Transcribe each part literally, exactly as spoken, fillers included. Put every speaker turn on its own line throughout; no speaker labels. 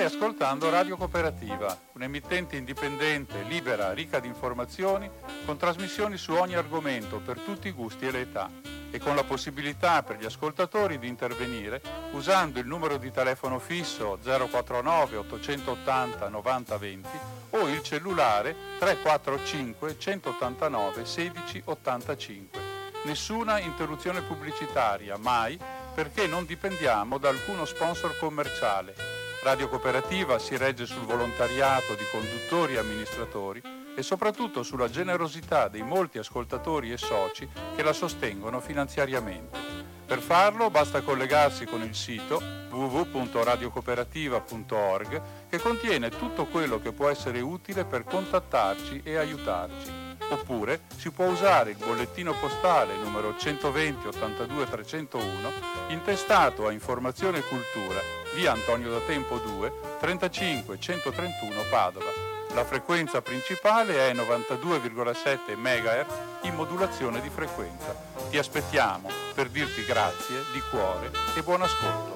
ascoltando Radio Cooperativa, un'emittente indipendente, libera, ricca di informazioni, con trasmissioni su ogni argomento per tutti i gusti e le età, e con la possibilità per gli ascoltatori di intervenire usando il numero di telefono fisso zero quattro nove ottocentottanta novanta venti o il cellulare tre quattro cinque centottantanove sedici ottantacinque. Nessuna interruzione pubblicitaria, mai, perché non dipendiamo da alcuno sponsor commerciale. Radio Cooperativa si regge sul volontariato di conduttori e amministratori e soprattutto sulla generosità dei molti ascoltatori e soci che la sostengono finanziariamente. Per farlo basta collegarsi con il sito w w w punto radiocooperativa punto org, che contiene tutto quello che può essere utile per contattarci e aiutarci. Oppure si può usare il bollettino postale numero centoventi ottantadue trecentouno, intestato a Informazione e Cultura, via Antonio da Tempo due, trentacinque centotrentuno Padova. La frequenza principale è novantadue virgola sette megahertz in modulazione di frequenza. Ti aspettiamo per dirti grazie di cuore e buon ascolto.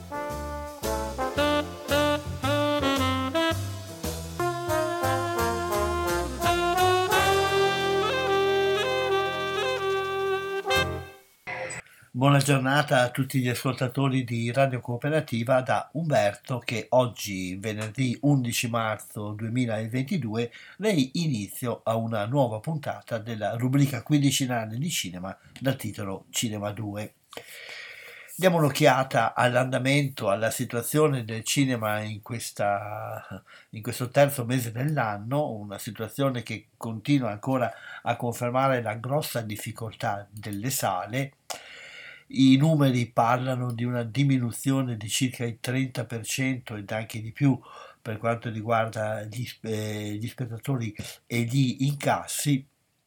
Buona giornata a tutti gli ascoltatori di Radio Cooperativa da Umberto, che oggi, venerdì undici marzo duemilaventidue, dai inizio a una nuova puntata della rubrica quindicinale di cinema dal titolo Cinema due. Diamo un'occhiata all'andamento, alla situazione del cinema in, questa, in questo terzo mese dell'anno, una situazione che continua ancora a confermare la grossa difficoltà delle sale. I numeri parlano di una diminuzione di circa il trenta per cento ed anche di più per quanto riguarda gli, eh, gli spettatori e gli incassi,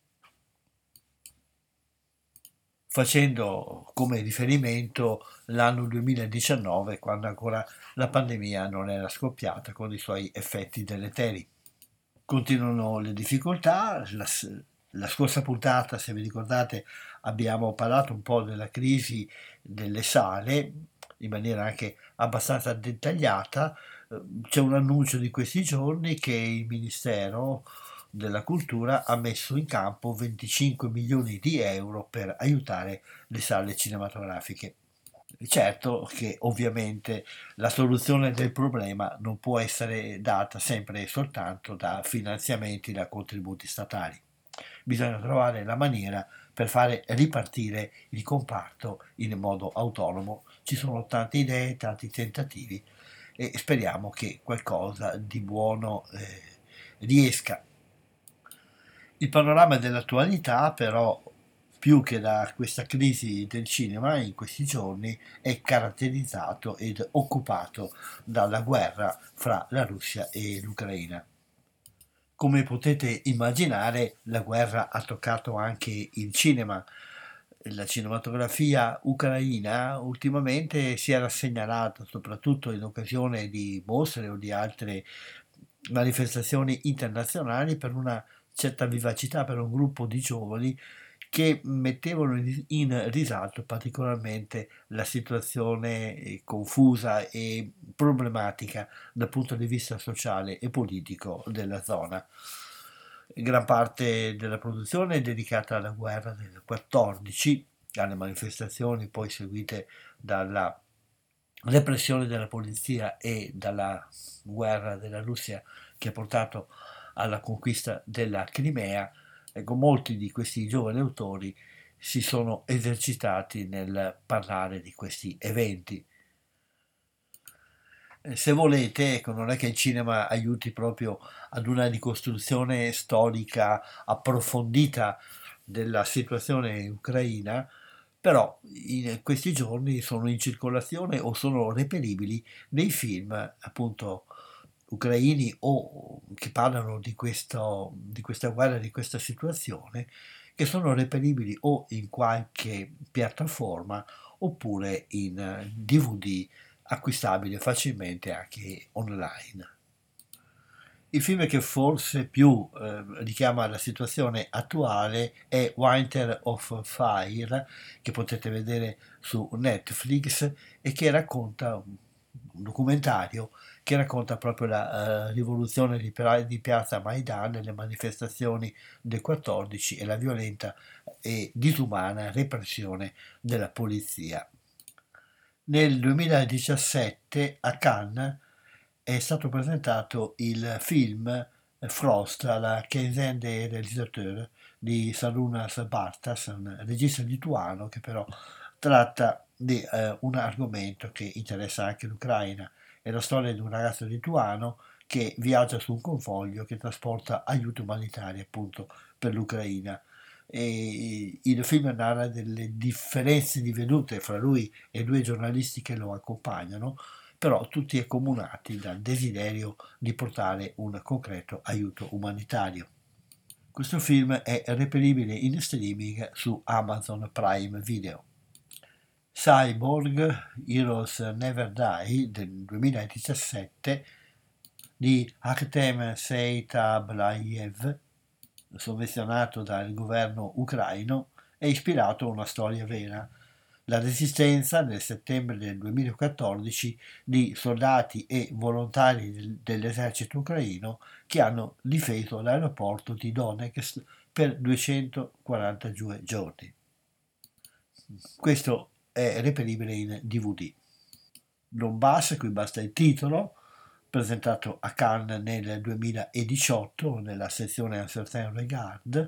facendo come riferimento l'anno duemiladiciannove, quando ancora la pandemia non era scoppiata con i suoi effetti deleteri. Continuano le difficoltà. La, la scorsa puntata, se vi ricordate, abbiamo parlato un po' della crisi delle sale in maniera anche abbastanza dettagliata. C'è un annuncio di questi giorni che il Ministero della Cultura ha messo in campo venticinque milioni di euro per aiutare le sale cinematografiche. Certo che ovviamente la soluzione del problema non può essere data sempre e soltanto da finanziamenti, da contributi statali. Bisogna trovare la maniera per fare ripartire il comparto in modo autonomo. Ci sono tante idee, tanti tentativi e speriamo che qualcosa di buono eh, riesca. Il panorama dell'attualità, però, più che da questa crisi del cinema in questi giorni, è caratterizzato ed occupato dalla guerra fra la Russia e l'Ucraina. Come potete immaginare, la guerra ha toccato anche il cinema. La cinematografia ucraina ultimamente si era segnalata, soprattutto in occasione di mostre o di altre manifestazioni internazionali, per una certa vivacità, per un gruppo di giovani che mettevano in risalto particolarmente la situazione confusa e problematica dal punto di vista sociale e politico della zona. Gran parte della produzione è dedicata alla guerra del quattordici, alle manifestazioni poi seguite dalla repressione della polizia e dalla guerra della Russia che ha portato alla conquista della Crimea. Ecco, molti di questi giovani autori si sono esercitati nel parlare di questi eventi. Se volete, ecco, non è che il cinema aiuti proprio ad una ricostruzione storica approfondita della situazione ucraina, però in questi giorni sono in circolazione o sono reperibili dei film appunto ucraini o che parlano di, questo, di questa guerra, di questa situazione, che sono reperibili o in qualche piattaforma oppure in D V D acquistabile facilmente anche online. Il film che forse più eh, richiama la situazione attuale è Winter of Fire, che potete vedere su Netflix e che racconta un documentario che racconta proprio la uh, rivoluzione di, di piazza Maidan, le manifestazioni del quattordici e la violenta e disumana repressione della polizia. Nel duemiladiciassette a Cannes è stato presentato il film Frost alla Quinzaine des réalisateurs di Šarūnas Bartas, un regista lituano che però tratta di eh, un argomento che interessa anche l'Ucraina. È la storia di un ragazzo lituano che viaggia su un convoglio che trasporta aiuti umanitari appunto per l'Ucraina. E il film narra delle differenze di vedute fra lui e due giornalisti che lo accompagnano, però tutti accomunati dal desiderio di portare un concreto aiuto umanitario. Questo film è reperibile in streaming su Amazon Prime Video. Cyborg, Heroes Never Die del duemiladiciassette di Akhtem Seytablayev, sovvenzionato dal governo ucraino, è ispirato a una storia vera, la resistenza nel settembre del duemilaquattordici di soldati e volontari dell'esercito ucraino che hanno difeso l'aeroporto di Donetsk per duecentoquarantadue giorni. Questo è reperibile in D V D. Donbass, qui basta il titolo, presentato a Cannes nel duemiladiciotto nella sezione Un certain regard,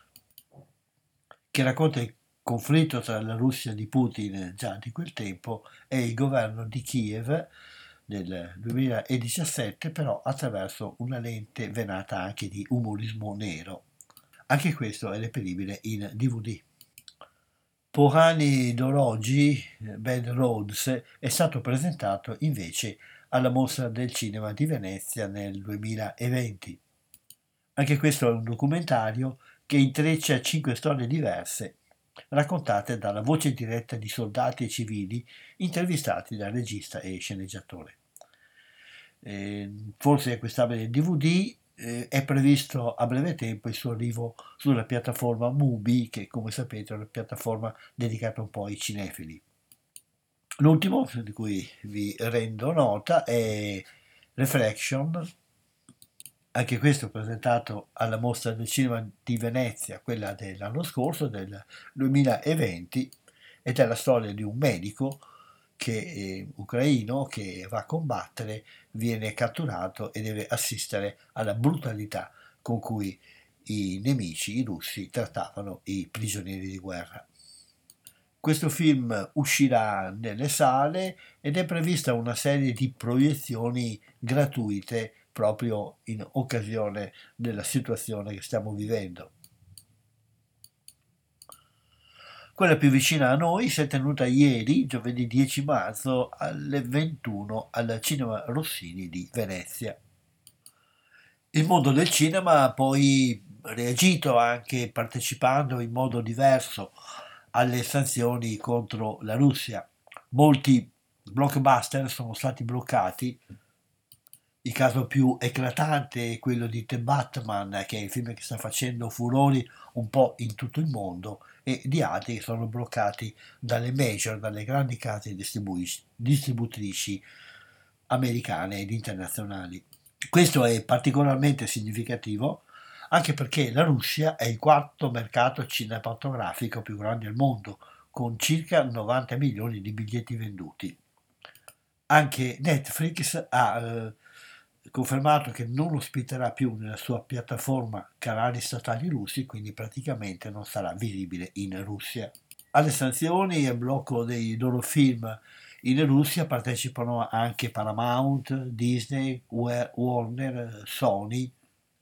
che racconta il conflitto tra la Russia di Putin già di quel tempo e il governo di Kiev del duemiladiciassette, però attraverso una lente venata anche di umorismo nero. Anche questo è reperibile in D V D. Pohani Doroghi, Bad Roads, è stato presentato invece alla Mostra del Cinema di Venezia nel duemilaventi. Anche questo è un documentario che intreccia cinque storie diverse, raccontate dalla voce diretta di soldati e civili intervistati dal regista e sceneggiatore. Eh, forse è acquistabile in D V D, eh, è previsto a breve tempo il suo arrivo sulla piattaforma Mubi, che come sapete è una piattaforma dedicata un po' ai cinefili. L'ultimo di cui vi rendo nota è Reflection, anche questo presentato alla Mostra del Cinema di Venezia, quella dell'anno scorso, del duemilaventi, ed è la storia di un medico che, eh, ucraino che va a combattere, viene catturato e deve assistere alla brutalità con cui i nemici, i russi, trattavano i prigionieri di guerra. Questo film uscirà nelle sale ed è prevista una serie di proiezioni gratuite proprio in occasione della situazione che stiamo vivendo. Quella più vicina a noi si è tenuta ieri, giovedì dieci marzo, alle ventuno al Cinema Rossini di Venezia. Il mondo del cinema ha poi reagito anche partecipando in modo diverso alle sanzioni contro la Russia. Molti blockbuster sono stati bloccati. Il caso più eclatante è quello di The Batman, che è il film che sta facendo furori un po' in tutto il mondo, e di altri che sono bloccati dalle major, dalle grandi case distributrici americane ed internazionali. Questo è particolarmente significativo anche perché la Russia è il quarto mercato cinematografico più grande al mondo, con circa novanta milioni di biglietti venduti. Anche Netflix ha eh, confermato che non ospiterà più nella sua piattaforma canali statali russi, quindi praticamente non sarà visibile in Russia. Alle sanzioni e al blocco dei loro film in Russia partecipano anche Paramount, Disney, Warner, Sony,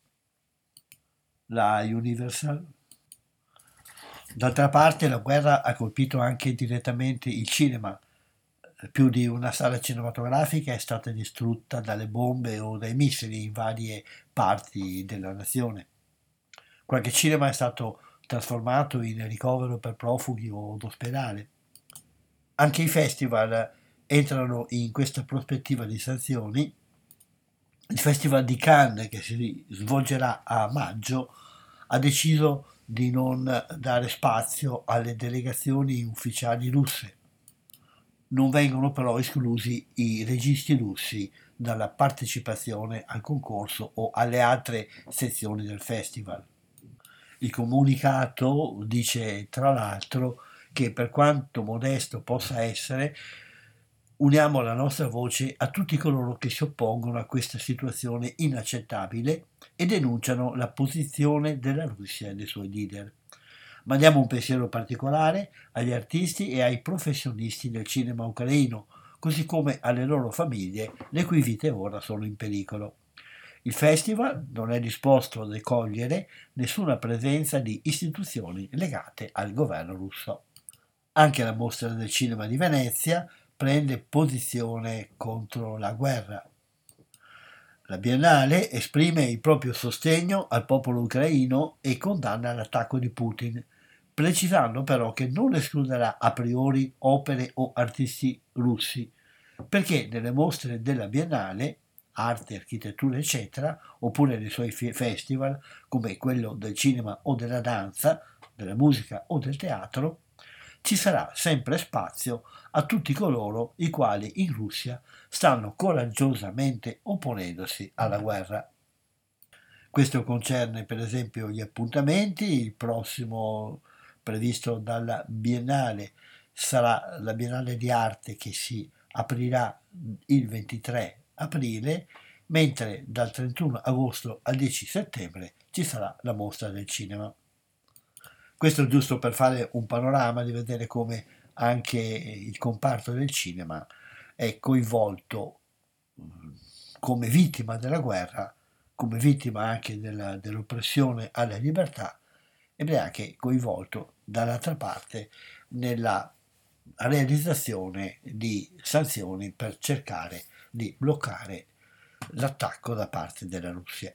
la Universal. D'altra parte la guerra ha colpito anche direttamente il cinema. Più di una sala cinematografica è stata distrutta dalle bombe o dai missili in varie parti della nazione. Qualche cinema è stato trasformato in ricovero per profughi o d'ospedale. Anche i festival entrano in questa prospettiva di sanzioni. Il Festival di Cannes, che si svolgerà a maggio, ha deciso di non dare spazio alle delegazioni ufficiali russe. Non vengono però esclusi i registi russi dalla partecipazione al concorso o alle altre sezioni del festival. Il comunicato dice tra l'altro che per quanto modesto possa essere, uniamo la nostra voce a tutti coloro che si oppongono a questa situazione inaccettabile e denunciano la posizione della Russia e dei suoi leader. Mandiamo un pensiero particolare agli artisti e ai professionisti del cinema ucraino, così come alle loro famiglie, le cui vite ora sono in pericolo. Il festival non è disposto a decogliere nessuna presenza di istituzioni legate al governo russo. Anche la Mostra del Cinema di Venezia prende posizione contro la guerra. La Biennale esprime il proprio sostegno al popolo ucraino e condanna l'attacco di Putin, precisando però che non escluderà a priori opere o artisti russi, perché nelle mostre della Biennale, arte, architettura, eccetera, oppure nei suoi festival, come quello del cinema o della danza, della musica o del teatro, ci sarà sempre spazio a tutti coloro i quali in Russia stanno coraggiosamente opponendosi alla guerra. Questo concerne per esempio gli appuntamenti. Il prossimo previsto dalla Biennale sarà la Biennale di arte che si aprirà il ventitré aprile, mentre dal trentuno agosto al dieci settembre ci sarà la mostra del cinema. Questo giusto per fare un panorama, di vedere come anche il comparto del cinema è coinvolto come vittima della guerra, come vittima anche della, dell'oppressione alla libertà, ed è anche coinvolto dall'altra parte nella realizzazione di sanzioni per cercare di bloccare l'attacco da parte della Russia.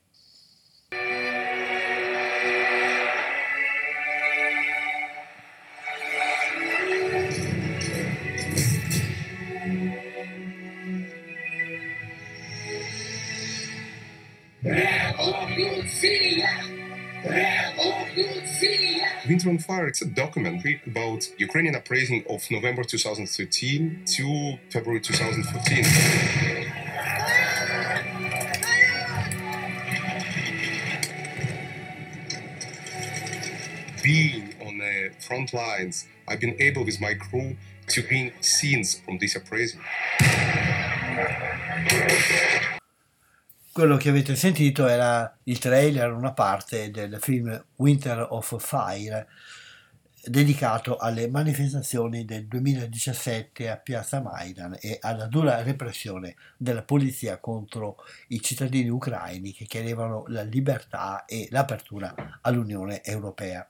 Winter on Fire, it's a documentary about Ukrainian uprising of November twenty thirteen to February twenty fourteen. Being on the front lines, I've been able with my crew to bring scenes from this uprising.
Quello che avete sentito era il trailer, una parte del film Winter of Fire, dedicato alle manifestazioni del duemiladiciassette a Piazza Maidan e alla dura repressione della polizia contro i cittadini ucraini che chiedevano la libertà e l'apertura all'Unione Europea.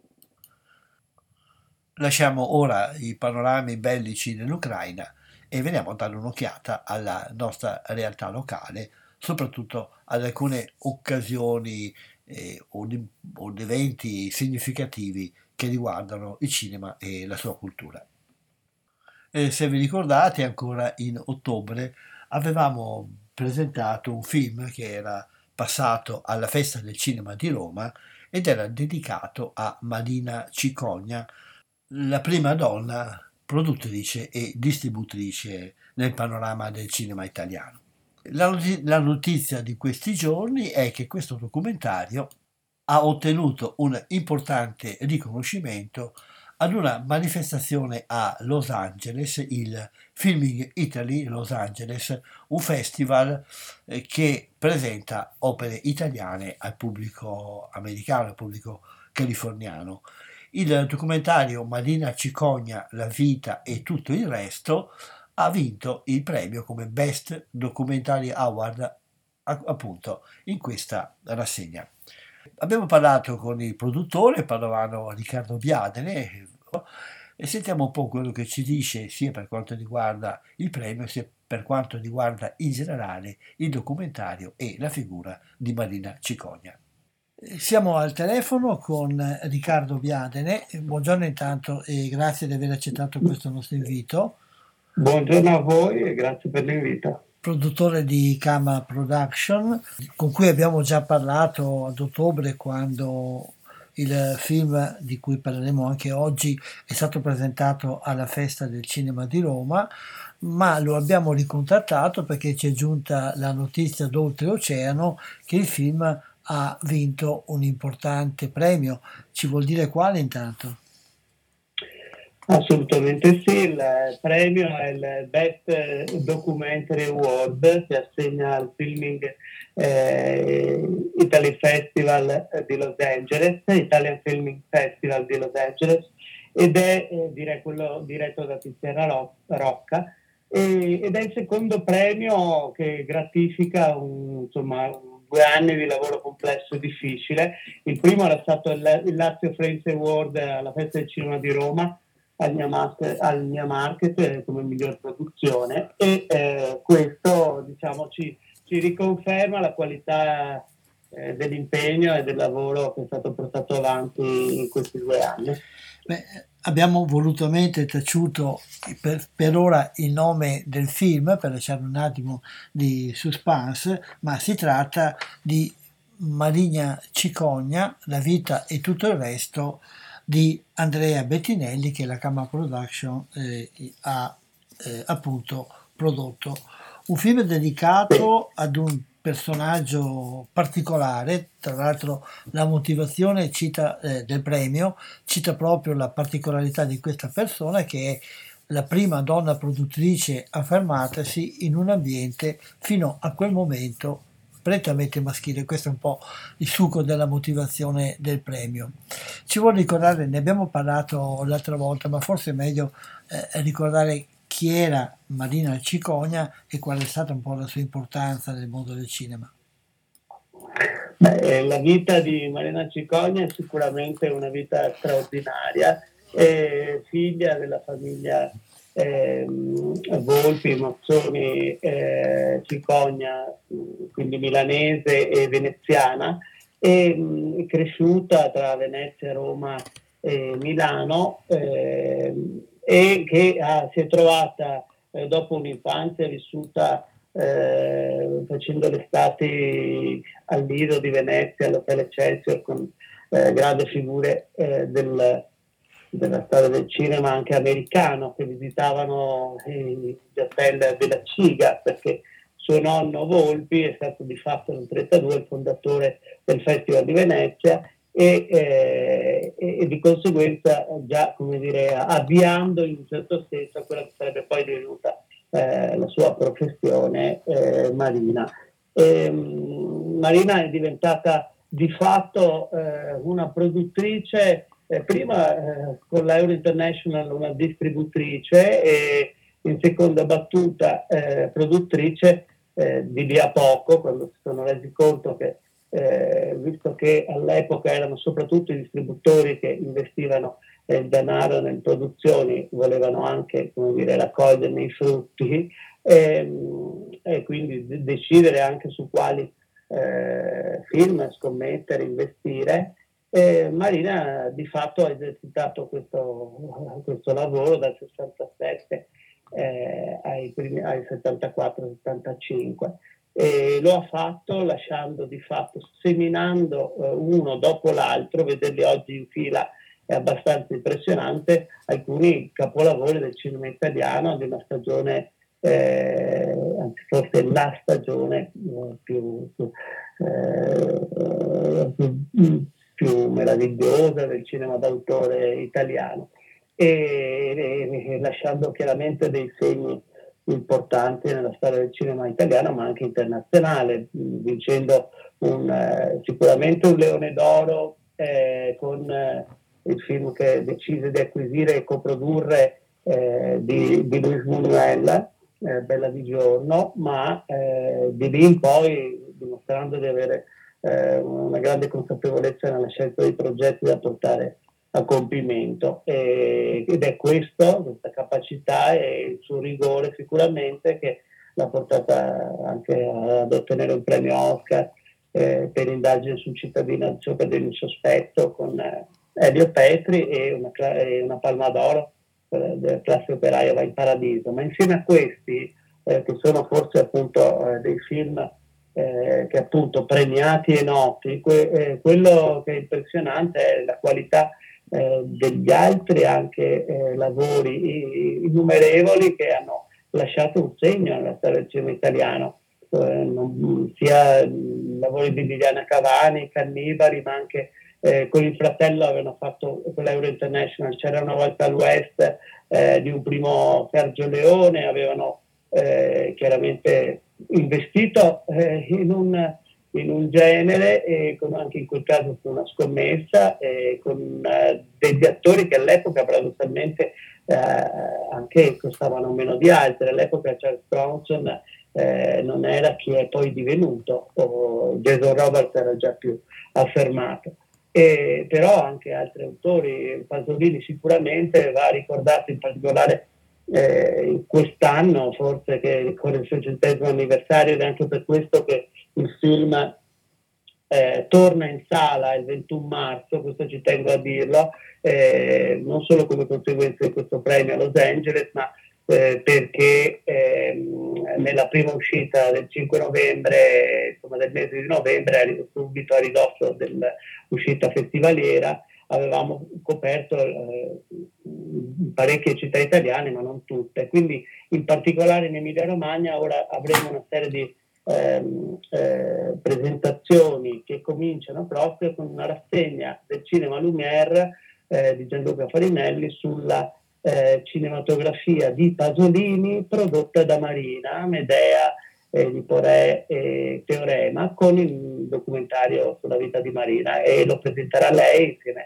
Lasciamo ora i panorami bellici dell'Ucraina e veniamo a dare un'occhiata alla nostra realtà locale, soprattutto ad alcune occasioni eh, o, di, o di eventi significativi che riguardano il cinema e la sua cultura. E se vi ricordate, ancora in ottobre avevamo presentato un film che era passato alla Festa del Cinema di Roma ed era dedicato a Marina Cicogna, la prima donna produttrice e distributrice nel panorama del cinema italiano. La, la notizia di questi giorni è che questo documentario ha ottenuto un importante riconoscimento ad una manifestazione a Los Angeles, il Filming Italy Los Angeles, un festival eh, che presenta opere italiane al pubblico americano, al pubblico californiano. Il documentario Marina Cicogna, la vita e tutto il resto ha vinto il premio come Best Documentary Award appunto in questa rassegna. Abbiamo parlato con il produttore padovano Riccardo Biadene e sentiamo un po' quello che ci dice sia per quanto riguarda il premio sia per quanto riguarda in generale il documentario e la figura di Marina Cicogna. Siamo al telefono con Riccardo Biadene. Buongiorno intanto e grazie di aver accettato questo nostro invito.
Buongiorno a voi e grazie per l'invito.
Produttore di Kama Production, con cui abbiamo già parlato ad ottobre quando il film di cui parleremo anche oggi è stato presentato alla Festa del Cinema di Roma, ma lo abbiamo ricontrattato perché ci è giunta la notizia d'oltreoceano che il film ha vinto un importante premio. Ci vuol dire quale intanto?
Assolutamente sì, il premio è il Best Documentary Award, si assegna al Filming eh, Italy Festival di Los Angeles, Italian Filming Festival di Los Angeles, ed è eh, direi quello diretto da Tiziana Ro- Rocca, e, ed è il secondo premio che gratifica un, insomma, un, due anni di lavoro complesso e difficile. Il primo era stato il, il Lazio Frames Award alla Festa del Cinema di Roma, al Mia Market, al Mia Market come miglior produzione, e eh, questo diciamo ci, ci riconferma la qualità eh, dell'impegno e del lavoro che è stato portato avanti in questi due anni.
Beh, abbiamo volutamente taciuto per, per ora il nome del film per lasciare un attimo di suspense, ma si tratta di Marina Cicogna, La vita e tutto il resto di Andrea Bettinelli, che la Camera Production eh, ha eh, appunto prodotto. Un film dedicato ad un personaggio particolare, tra l'altro la motivazione cita, eh, del premio cita proprio la particolarità di questa persona, che è la prima donna produttrice a fermarsi in un ambiente fino a quel momento prettamente maschile. Questo è un po' il succo della motivazione del premio. Ci vuole ricordare, ne abbiamo parlato l'altra volta, ma forse è meglio eh, ricordare chi era Marina Cicogna e qual è stata un po' la sua importanza nel mondo del cinema.
Beh, la vita di Marina Cicogna è sicuramente una vita straordinaria, è figlia della famiglia eh, Volpi, Mazzoni, eh, Cicogna, quindi milanese e veneziana, e mh, è cresciuta tra Venezia, Roma e Milano, eh, e che ha, si è trovata eh, dopo un'infanzia vissuta eh, facendo le estati al Lido di Venezia, all'Hotel Excelsior, con eh, grandi figure eh, del, della storia del cinema anche americano, che visitavano gli hotel della Ciga, perché suo nonno Volpi è stato di fatto nel trentadue il fondatore del Festival di Venezia, e, eh, e di conseguenza già, come dire, avviando in un certo senso a quella che sarebbe poi divenuta eh, la sua professione eh, Marina. E, um, Marina è diventata di fatto eh, una produttrice, eh, prima eh, con l'Euro International una distributrice, e in seconda battuta eh, produttrice eh, di lì a poco, quando si sono resi conto che Eh, visto che all'epoca erano soprattutto i distributori che investivano eh, il denaro nelle produzioni, volevano anche, come dire, raccoglierne i frutti, ehm, e quindi de- decidere anche su quali eh, film scommettere, investire. E Marina di fatto ha esercitato questo, questo lavoro dal sessantasette eh, ai, primi, ai settantaquattro settantacinque. E lo ha fatto lasciando di fatto, seminando eh, uno dopo l'altro, vederli oggi in fila è abbastanza impressionante, alcuni capolavori del cinema italiano di una stagione, eh, anzi forse la stagione eh, più, più, eh, più, più meravigliosa del cinema d'autore italiano, e, e, e lasciando chiaramente dei segni importanti nella storia del cinema italiano ma anche internazionale, vincendo un, eh, sicuramente un Leone d'Oro eh, con eh, il film che decise di acquisire e coprodurre eh, di, di Luis Buñuel, eh, Bella di giorno, ma eh, di lì in poi dimostrando di avere eh, una grande consapevolezza nella scelta dei progetti da portare a compimento, e, ed è questo, questa capacità e il suo rigore sicuramente che l'ha portata anche ad ottenere un premio Oscar eh, per indagine sul cittadino, cittadino sospetto con eh, Elio Petri, e una, e una Palma d'Oro eh, della classe operaia Va in Paradiso. Ma insieme a questi, eh, che sono forse appunto eh, dei film eh, che appunto premiati e noti, que- eh, quello che è impressionante è la qualità eh, degli altri anche eh, lavori innumerevoli che hanno lasciato un segno nella storia del cinema italiano, eh, non, sia lavori di Liliana Cavani, Cannibali, ma anche eh, con il fratello avevano fatto con l'Euro International, c'era una volta all'West eh, di un primo Sergio Leone, avevano eh, chiaramente investito eh, in, un, in un genere e con, anche in quel caso con una scommessa e con eh, degli attori che all'epoca paradossalmente eh, anche costavano meno di altri. All'epoca Charles Bronson eh, non era chi è poi divenuto, o Jason Roberts era già più affermato. E, però anche altri autori, Pasolini sicuramente va ricordato in particolare eh, quest'anno, forse che ricorre il suo centesimo anniversario, ed è anche per questo che il film eh, torna in sala il ventuno marzo, questo ci tengo a dirlo, eh, non solo come conseguenza di questo premio a Los Angeles, ma eh, perché ehm, nella prima uscita del cinque novembre, insomma del mese di novembre, subito a ridosso dell'uscita festivaliera, avevamo coperto eh, parecchie città italiane, ma non tutte. Quindi in particolare in Emilia Romagna ora avremo una serie di ehm, eh, presentazioni che cominciano proprio con una rassegna del Cinema Lumière eh, di Gianluca Farinelli sulla eh, cinematografia di Pasolini prodotta da Marina, Medea, eh, di Porè e Teorema, con il documentario sulla vita di Marina, e lo presenterà lei insieme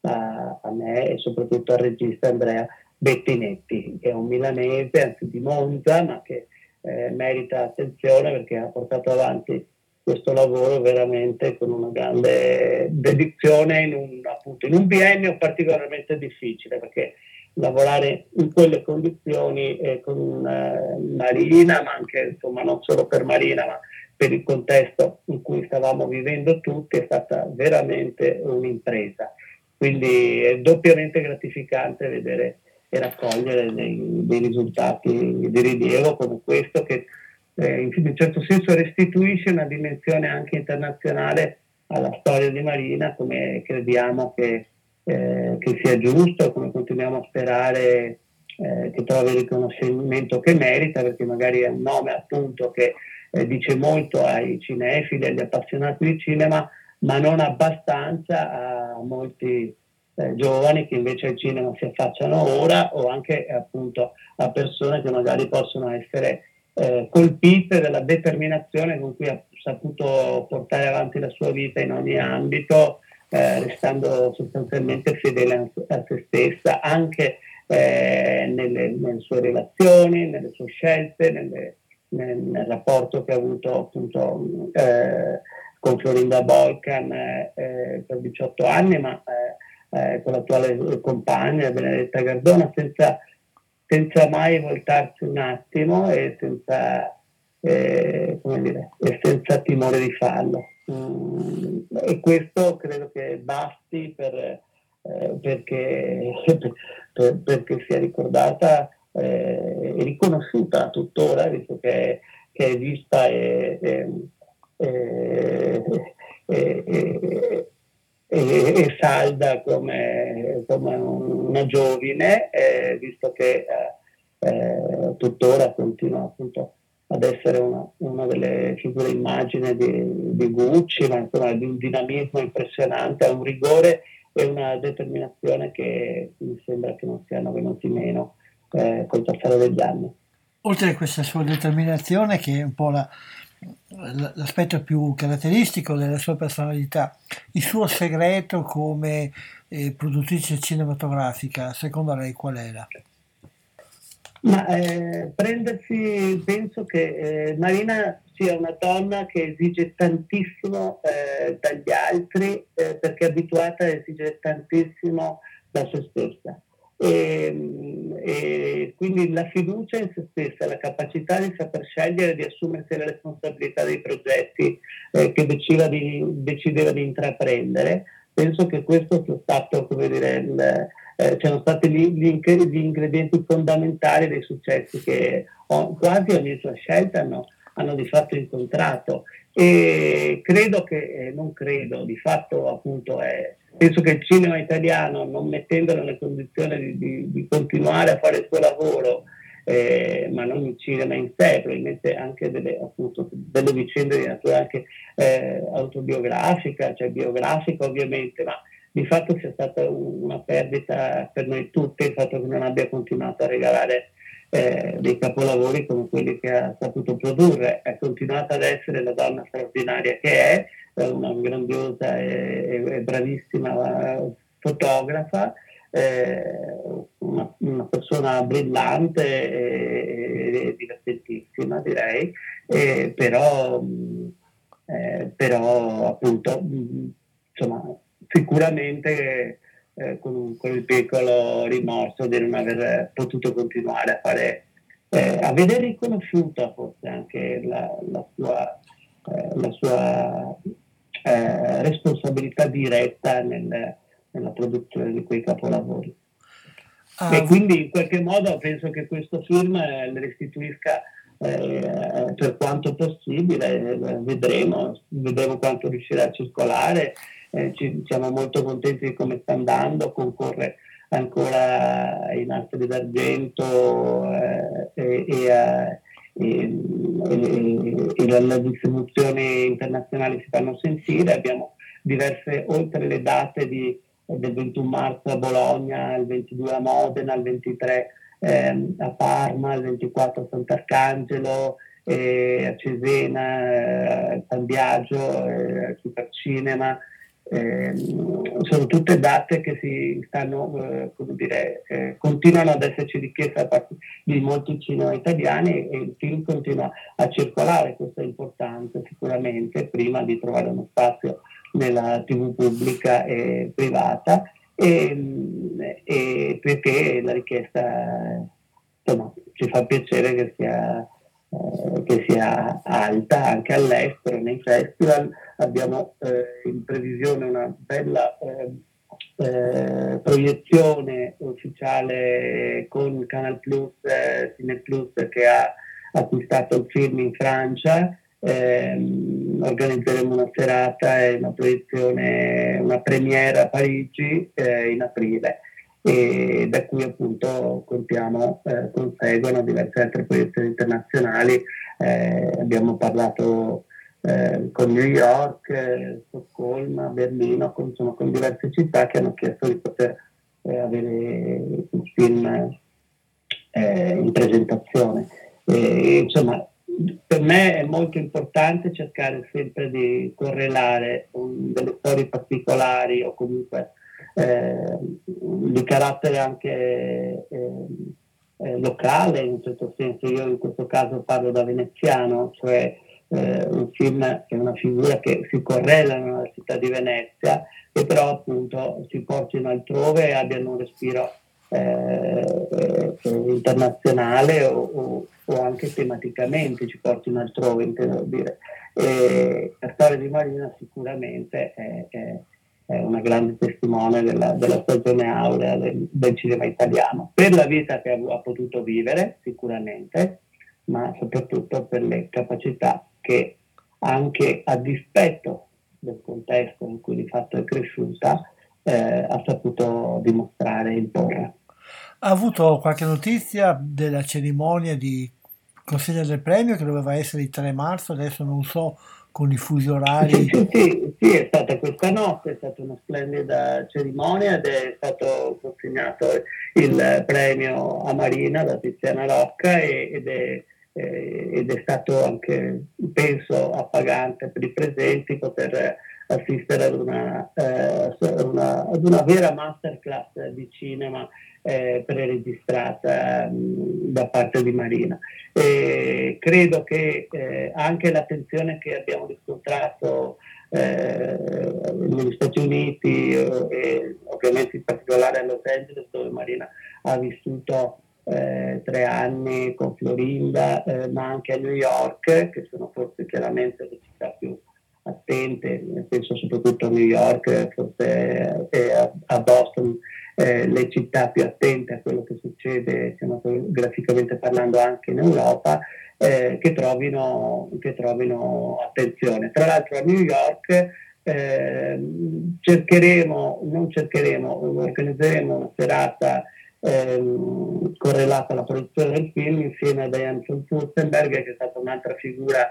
a, a me e soprattutto al regista Andrea Bettinetti, che è un milanese, anzi di Monza, ma che eh, merita attenzione perché ha portato avanti questo lavoro veramente con una grande dedizione in un, appunto, in un biennio particolarmente difficile, perché lavorare in quelle condizioni eh, con eh, Marina, ma anche insomma non solo per Marina, ma per il contesto in cui stavamo vivendo tutti, è stata veramente un'impresa. Quindi è doppiamente gratificante vedere e raccogliere dei, dei risultati di rilievo come questo, che eh, in un certo senso restituisce una dimensione anche internazionale alla storia di Marina, come crediamo che, eh, che sia giusto, come continuiamo a sperare eh, che trovi il riconoscimento che merita, perché magari è un nome appunto che eh, dice molto ai cinefili, agli appassionati di cinema, ma non abbastanza a molti eh, giovani che invece al cinema si affacciano ora, o anche appunto a persone che magari possono essere eh, colpite dalla determinazione con cui ha saputo portare avanti la sua vita in ogni ambito, eh, restando sostanzialmente fedele a, a se stessa, anche eh, nelle, nelle sue relazioni, nelle sue scelte, nelle, nel, nel rapporto che ha avuto appunto eh, con Florinda Boykan eh, per diciotto anni, ma eh, eh, con l'attuale compagna Benedetta Gardona, senza, senza mai voltarsi un attimo e senza, eh, come dire, e senza timore di farlo. Mm, e questo credo che basti per, eh, perché, per, perché sia ricordata eh, e riconosciuta tuttora, visto che, che è vista e, e E, e, e, e salda come, come una giovine, eh, visto che eh, eh, tuttora continua appunto ad essere una, una delle figure immagine di, di Gucci, ma insomma di un dinamismo impressionante, ha un rigore e una determinazione che mi sembra che non siano venuti meno eh, col passare degli anni.
Oltre a questa sua determinazione, che è un po' la l'aspetto più caratteristico della sua personalità, il suo segreto come eh, produttrice cinematografica, secondo lei qual era?
Ma eh, prendersi, penso che eh, Marina sia una donna che esige tantissimo eh, dagli altri eh, perché è abituata a esigere tantissimo da se stessa. E, e quindi la fiducia in se stessa, la capacità di saper scegliere, di assumersi le responsabilità dei progetti eh, che decideva di, decideva di intraprendere, penso che questo sia stato, come dire, il, eh, siano stati gli, gli, gli ingredienti fondamentali dei successi che ho, quasi ogni sua scelta hanno, hanno di fatto incontrato. e credo che, eh, non credo, di fatto appunto è, penso che il cinema italiano, non mettendolo nelle condizioni di, di, di continuare a fare il suo lavoro, eh, ma non il cinema in sé, probabilmente anche delle, appunto, delle vicende di natura anche eh, autobiografica, cioè biografica ovviamente, ma di fatto sia stata una perdita per noi tutti il fatto che non abbia continuato a regalare eh, dei capolavori come quelli che ha saputo produrre. È continuata ad essere la donna straordinaria che è, una grandiosa e, e bravissima fotografa, eh, una, una persona brillante e, e divertentissima, direi, eh, però, eh, però appunto insomma sicuramente eh, con, un, con il piccolo rimorso di non aver potuto continuare a fare, eh, a vedere riconosciuta forse anche la, la sua, eh, la sua eh, responsabilità diretta nel, nella produzione di quei capolavori. Ah, e quindi in qualche modo penso che questo film eh, le restituisca eh, per quanto possibile, eh, vedremo, vedremo quanto riuscirà a circolare. Eh, ci, siamo molto contenti di come sta andando, concorre ancora in Nastri d'Argento eh, e, e, e, e, e le distribuzioni internazionali si fanno sentire. Abbiamo diverse, oltre le date di, del ventuno marzo a Bologna, il ventidue a Modena, il ventitré eh, a Parma, il ventiquattro a Sant'Arcangelo, eh, a Cesena, eh, a San Biagio, eh, a Supercinema. Eh, sono tutte date che si stanno, eh, come dire, eh, continuano ad esserci richieste da parte di molti cinema italiani e il film continua a circolare. Questo è importante sicuramente, prima di trovare uno spazio nella tivù pubblica e privata, e, e perché la richiesta, insomma, ci fa piacere che sia che sia alta anche all'estero, nei festival. Abbiamo eh, in previsione una bella eh, eh, proiezione ufficiale con Canal Plus, eh, Cine Plus, che ha acquistato il film in Francia. Eh, organizzeremo una serata e una proiezione, una premiera a Parigi eh, in aprile, e da cui appunto contiamo eh, conseguono diverse altre proiezioni internazionali. Eh, abbiamo parlato eh, con New York, eh, Stoccolma, Berlino, con, insomma, con diverse città che hanno chiesto di poter eh, avere il film eh, in presentazione. E, insomma, per me è molto importante cercare sempre di correlare um, delle storie particolari o comunque Eh, di carattere anche eh, eh, locale, in un certo senso. Io in questo caso parlo da veneziano, cioè eh, un film che è una figura che si correla nella città di Venezia, che però appunto si portino altrove e abbiano un respiro eh, eh, internazionale o, o, o anche tematicamente ci portino altrove, intendo dire. E la storia di Marina sicuramente è, è è una grande testimone della, della stagione aurea del, del cinema italiano, per la vita che ha, ha potuto vivere sicuramente, ma soprattutto per le capacità che anche a dispetto del contesto in cui di fatto è cresciuta eh, ha saputo dimostrare e imporre.
Ha avuto qualche notizia della cerimonia di consegna del premio che doveva essere il tre marzo, adesso non so con i fusi orari?
Sì, sì, sì, sì, è stata questa notte, è stata una splendida cerimonia ed è stato consegnato il premio a Marina da Tiziana Rocca ed è, eh, ed è stato anche, penso, appagante per i presenti poter assistere ad una, eh, una, ad una vera masterclass di cinema eh, preregistrata mh, da parte di Marina. E credo che eh, anche l'attenzione che abbiamo riscontrato eh, negli Stati Uniti eh, e ovviamente in particolare a Los Angeles, dove Marina ha vissuto eh, tre anni con Florinda, eh, ma anche a New York, che sono forse chiaramente le città più attente, penso soprattutto a New York, forse eh, a Boston eh, le città più attente a quello che succede cinematograficamente parlando anche in Europa, eh, che, trovino, che trovino attenzione. Tra l'altro a New York eh, cercheremo, non cercheremo, organizzeremo una serata ehm, correlata alla produzione del film insieme a Diane von Furstenberg, che è stata un'altra figura,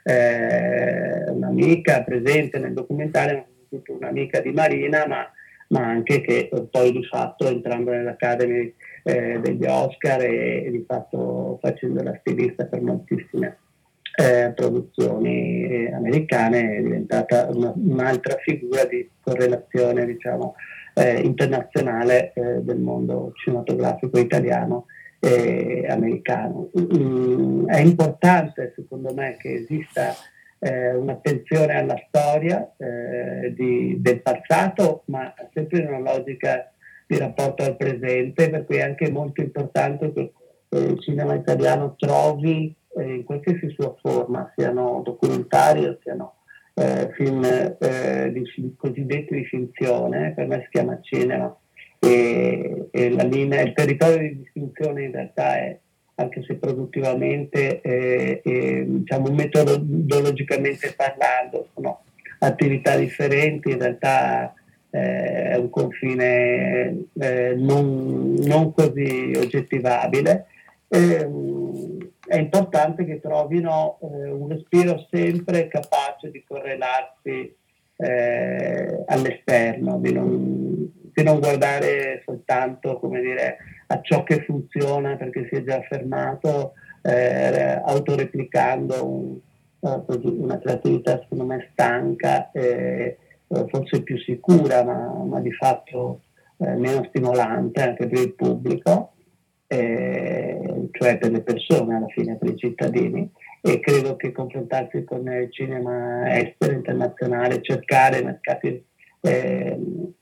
eh, un'amica presente nel documentario, un'amica di Marina, ma, ma anche che poi di fatto entrando nell'Academy eh, degli Oscar e, e di fatto facendo la stilista per moltissime eh, produzioni americane, è diventata una, un'altra figura di correlazione, diciamo, eh, internazionale eh, del mondo cinematografico italiano e americano. Mm, è importante secondo me che esista eh, un'attenzione alla storia eh, di, del passato, ma sempre in una logica di rapporto al presente, per cui è anche molto importante che eh, il cinema italiano trovi eh, in qualsiasi sua forma, siano documentari o siano eh, film eh, di, cosiddetti di finzione, per me si chiama cinema, e, e la linea, il territorio di distinzione in realtà è, anche se produttivamente e eh, eh, diciamo metodologicamente parlando sono attività differenti, in realtà eh, è un confine eh, non, non così oggettivabile. Eh, è importante che trovino eh, un respiro sempre capace di correlarsi eh, all'esterno, di non, di non guardare soltanto, come dire, a ciò che funziona perché si è già affermato, eh, autoreplicando un, una creatività secondo me stanca, eh, forse più sicura, ma, ma di fatto eh, meno stimolante anche per il pubblico, eh, cioè per le persone alla fine, per i cittadini. E credo che confrontarsi con il cinema estero, internazionale, cercare mercati eh,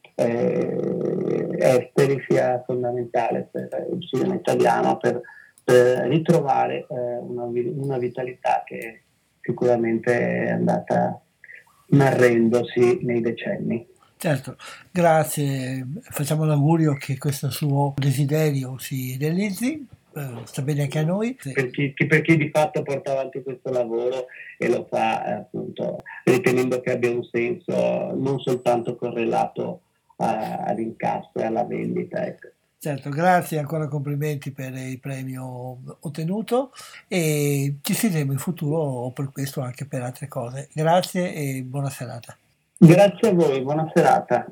eh, esteri sia fondamentale per il cinema italiano, per, per ritrovare eh, una, una vitalità che sicuramente è andata marrendosi nei decenni.
Certo, grazie, facciamo l'augurio che questo suo desiderio si realizzi, eh, sta bene anche a noi.
Per chi, per chi di fatto porta avanti questo lavoro e lo fa eh, appunto ritenendo che abbia un senso non soltanto correlato a, all'incasso e alla vendita. Ecco.
Certo, grazie, ancora complimenti per il premio ottenuto e ci sentiremo in futuro o per questo anche per altre cose. Grazie e buona serata.
Grazie a voi, buona serata.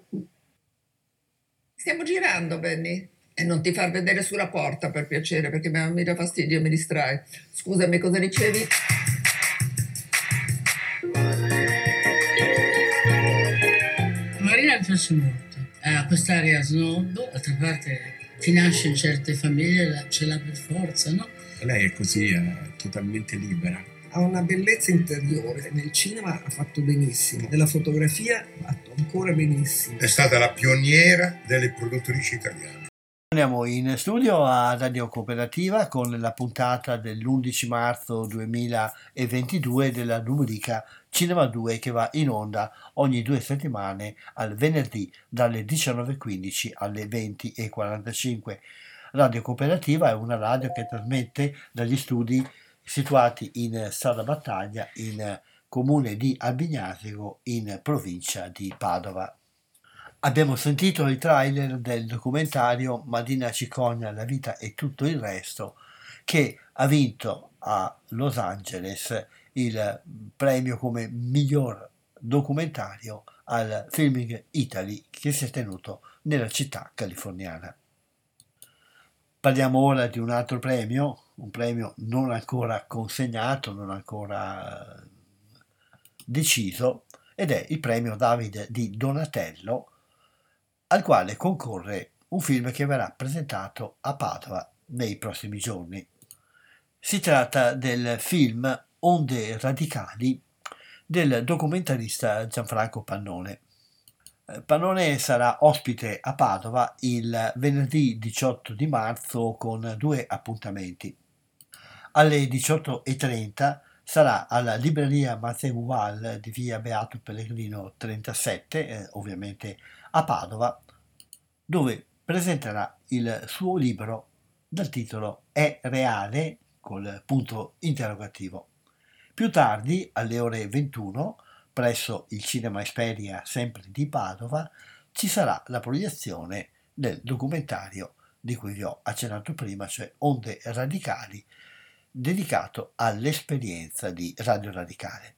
Stiamo girando, Benny? E non ti far vedere sulla porta, per piacere, perché mi dà fastidio e mi distrae. Scusami, cosa dicevi?
Marina mi piace molto. Ha quest'area snob, d'altra parte ti nasce in certe famiglie, ce l'ha per forza, no?
Lei è così, è totalmente libera.
Ha una bellezza interiore, nel cinema ha fatto benissimo, nella fotografia ha fatto ancora benissimo.
È stata la pioniera delle produttrici italiane.
Torniamo in studio a Radio Cooperativa con la puntata dell'undici marzo duemilaventidue della rubrica Cinema due che va in onda ogni due settimane al venerdì dalle diciannove e quindici alle venti e quarantacinque. Radio Cooperativa è una radio che trasmette dagli studi situati in Strada Battaglia, in comune di Albignasego, in provincia di Padova. Abbiamo sentito il trailer del documentario Madina Cicogna, la vita e tutto il resto, che ha vinto a Los Angeles il premio come miglior documentario al Filming Italy che si è tenuto nella città californiana. Parliamo ora di un altro premio, un premio non ancora consegnato, non ancora deciso, ed è il premio Davide di Donatello, al quale concorre un film che verrà presentato a Padova nei prossimi giorni. Si tratta del film Onde radicali del documentarista Gianfranco Pannone. Pannone sarà ospite a Padova il venerdì diciotto di marzo con due appuntamenti. Alle diciotto e trenta sarà alla libreria Mazzegual di via Beato Pellegrino trentasette, eh, ovviamente a Padova, dove presenterà il suo libro dal titolo È reale? Col punto interrogativo. Più tardi, alle ore ventuno, presso il Cinema Esperia, sempre di Padova, ci sarà la proiezione del documentario di cui vi ho accennato prima, cioè Onde Radicali, dedicato all'esperienza di Radio Radicale.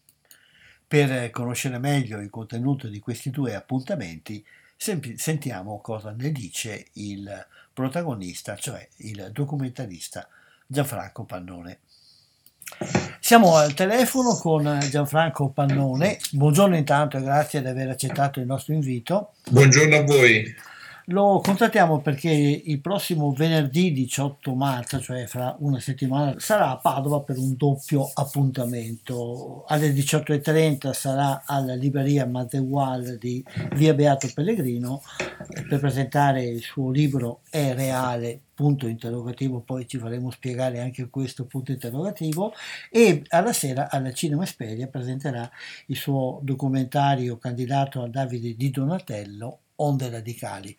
Per conoscere meglio il contenuto di questi due appuntamenti, sentiamo cosa ne dice il protagonista, cioè il documentarista Gianfranco Pannone. Siamo al telefono con Gianfranco Pannone. Buongiorno intanto e grazie di aver accettato il nostro invito.
Buongiorno a voi.
Lo contattiamo perché il prossimo venerdì diciotto marzo, cioè fra una settimana, sarà a Padova per un doppio appuntamento. Alle diciotto e trenta sarà alla libreria Mazewal di via Beato Pellegrino per presentare il suo libro È reale? Punto interrogativo, poi ci faremo spiegare anche questo punto interrogativo, e alla sera alla Cinema Esperia presenterà il suo documentario candidato a Davide Di Donatello, Onde Radicali.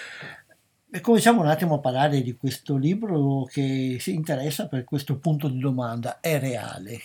E cominciamo un attimo a parlare di questo libro che si interessa per questo punto di domanda: è reale?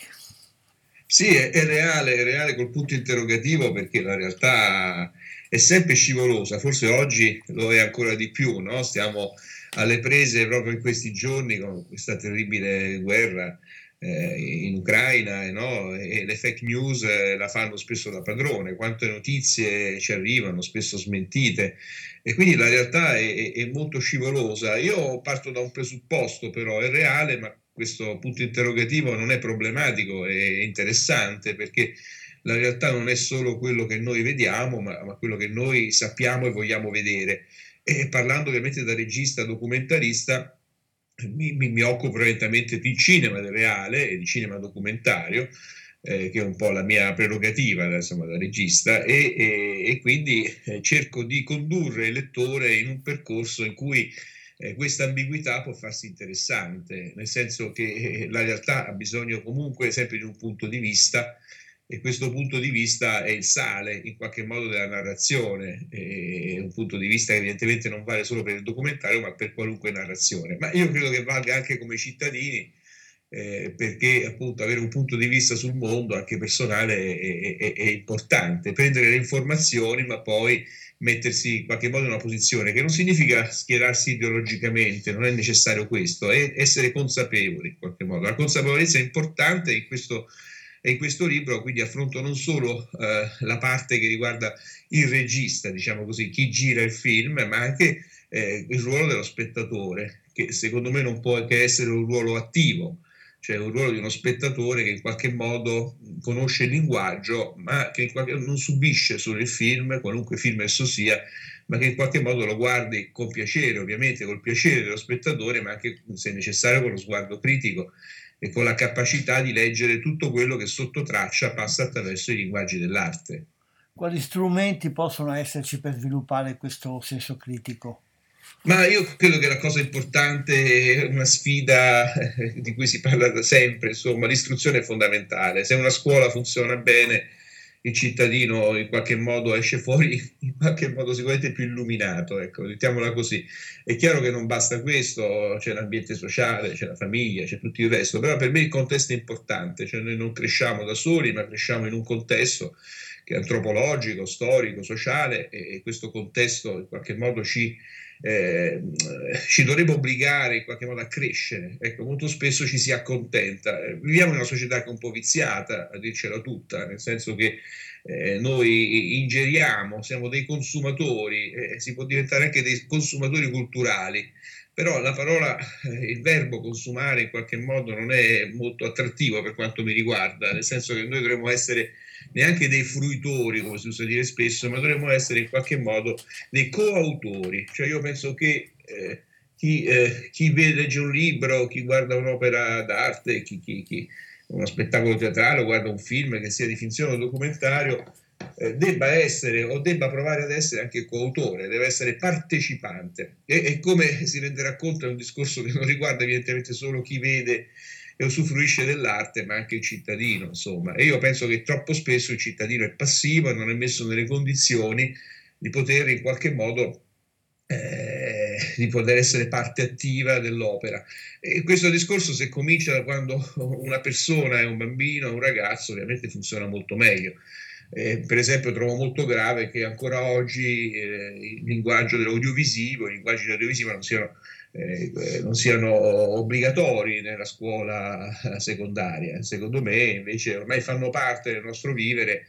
Sì, è, è reale, è reale col punto interrogativo, perché la realtà è sempre scivolosa, forse oggi lo è ancora di più, no? Stiamo alle prese proprio in questi giorni con questa terribile guerra eh, in Ucraina, eh, no? E le fake news eh, la fanno spesso da padrone, quante notizie ci arrivano, spesso smentite, e quindi la realtà è, è, è molto scivolosa. Io parto da un presupposto, però è reale, ma questo punto interrogativo non è problematico, è interessante, perché la realtà non è solo quello che noi vediamo, ma, ma quello che noi sappiamo e vogliamo vedere. E parlando ovviamente da regista documentarista, mi, mi, mi occupo prevalentemente di cinema del reale e di cinema documentario, eh, che è un po' la mia prerogativa, insomma, da regista, e, e, e quindi eh, cerco di condurre il lettore in un percorso in cui eh, questa ambiguità può farsi interessante, nel senso che eh, la realtà ha bisogno comunque sempre di un punto di vista, e questo punto di vista è il sale in qualche modo della narrazione, è un punto di vista che evidentemente non vale solo per il documentario ma per qualunque narrazione, ma io credo che valga anche come cittadini, eh, perché appunto avere un punto di vista sul mondo anche personale è, è, è importante, prendere le informazioni ma poi mettersi in qualche modo in una posizione che non significa schierarsi ideologicamente, non è necessario questo, è essere consapevoli in qualche modo. La consapevolezza è importante in questo E in questo libro quindi affronto non solo eh, la parte che riguarda il regista, diciamo così, chi gira il film, ma anche eh, il ruolo dello spettatore, che secondo me non può che essere un ruolo attivo, cioè un ruolo di uno spettatore che in qualche modo conosce il linguaggio, ma che in qualche, non subisce solo il film, qualunque film esso sia, ma che in qualche modo lo guardi con piacere, ovviamente col piacere dello spettatore, ma anche, se necessario, con lo sguardo critico e con la capacità di leggere tutto quello che sotto traccia passa attraverso i linguaggi dell'arte.
Quali strumenti possono esserci per sviluppare questo senso critico?
Ma io credo che la cosa importante è una sfida di cui si parla da sempre, insomma, l'istruzione è fondamentale. Se una scuola funziona bene, il cittadino in qualche modo esce fuori in qualche modo sicuramente più illuminato, ecco, mettiamola così. È chiaro che non basta questo, c'è l'ambiente sociale, c'è la famiglia, c'è tutto il resto, però per me il contesto è importante, cioè noi non cresciamo da soli, ma cresciamo in un contesto che è antropologico, storico, sociale, e questo contesto in qualche modo ci Eh, ci dovrebbe obbligare in qualche modo a crescere. Ecco, molto spesso ci si accontenta. Viviamo in una società che è un po' viziata, a dircela tutta, nel senso che eh, noi ingeriamo, siamo dei consumatori, eh, si può diventare anche dei consumatori culturali, però la parola, eh, il verbo consumare in qualche modo non è molto attrattivo per quanto mi riguarda, nel senso che noi dovremmo essere neanche dei fruitori, come si usa dire spesso, ma dovremmo essere in qualche modo dei coautori. Cioè io penso che eh, chi, eh, chi vede, legge un libro, chi guarda un'opera d'arte, chi, chi, chi uno spettacolo teatrale o guarda un film che sia di finzione o documentario, eh, debba essere o debba provare ad essere anche coautore, deve essere partecipante. E, e come si renderà conto è un discorso che non riguarda evidentemente solo chi vede e usufruisce dell'arte, ma anche il cittadino, insomma. E io penso che troppo spesso il cittadino è passivo e non è messo nelle condizioni di poter in qualche modo eh, di poter essere parte attiva dell'opera. E questo discorso, se comincia da quando una persona è un bambino, un ragazzo, ovviamente funziona molto meglio. Eh, per esempio trovo molto grave che ancora oggi eh, il linguaggio dell'audiovisivo, i linguaggi dell'audiovisivo non siano, eh, non siano obbligatori nella scuola secondaria. Secondo me invece ormai fanno parte del nostro vivere.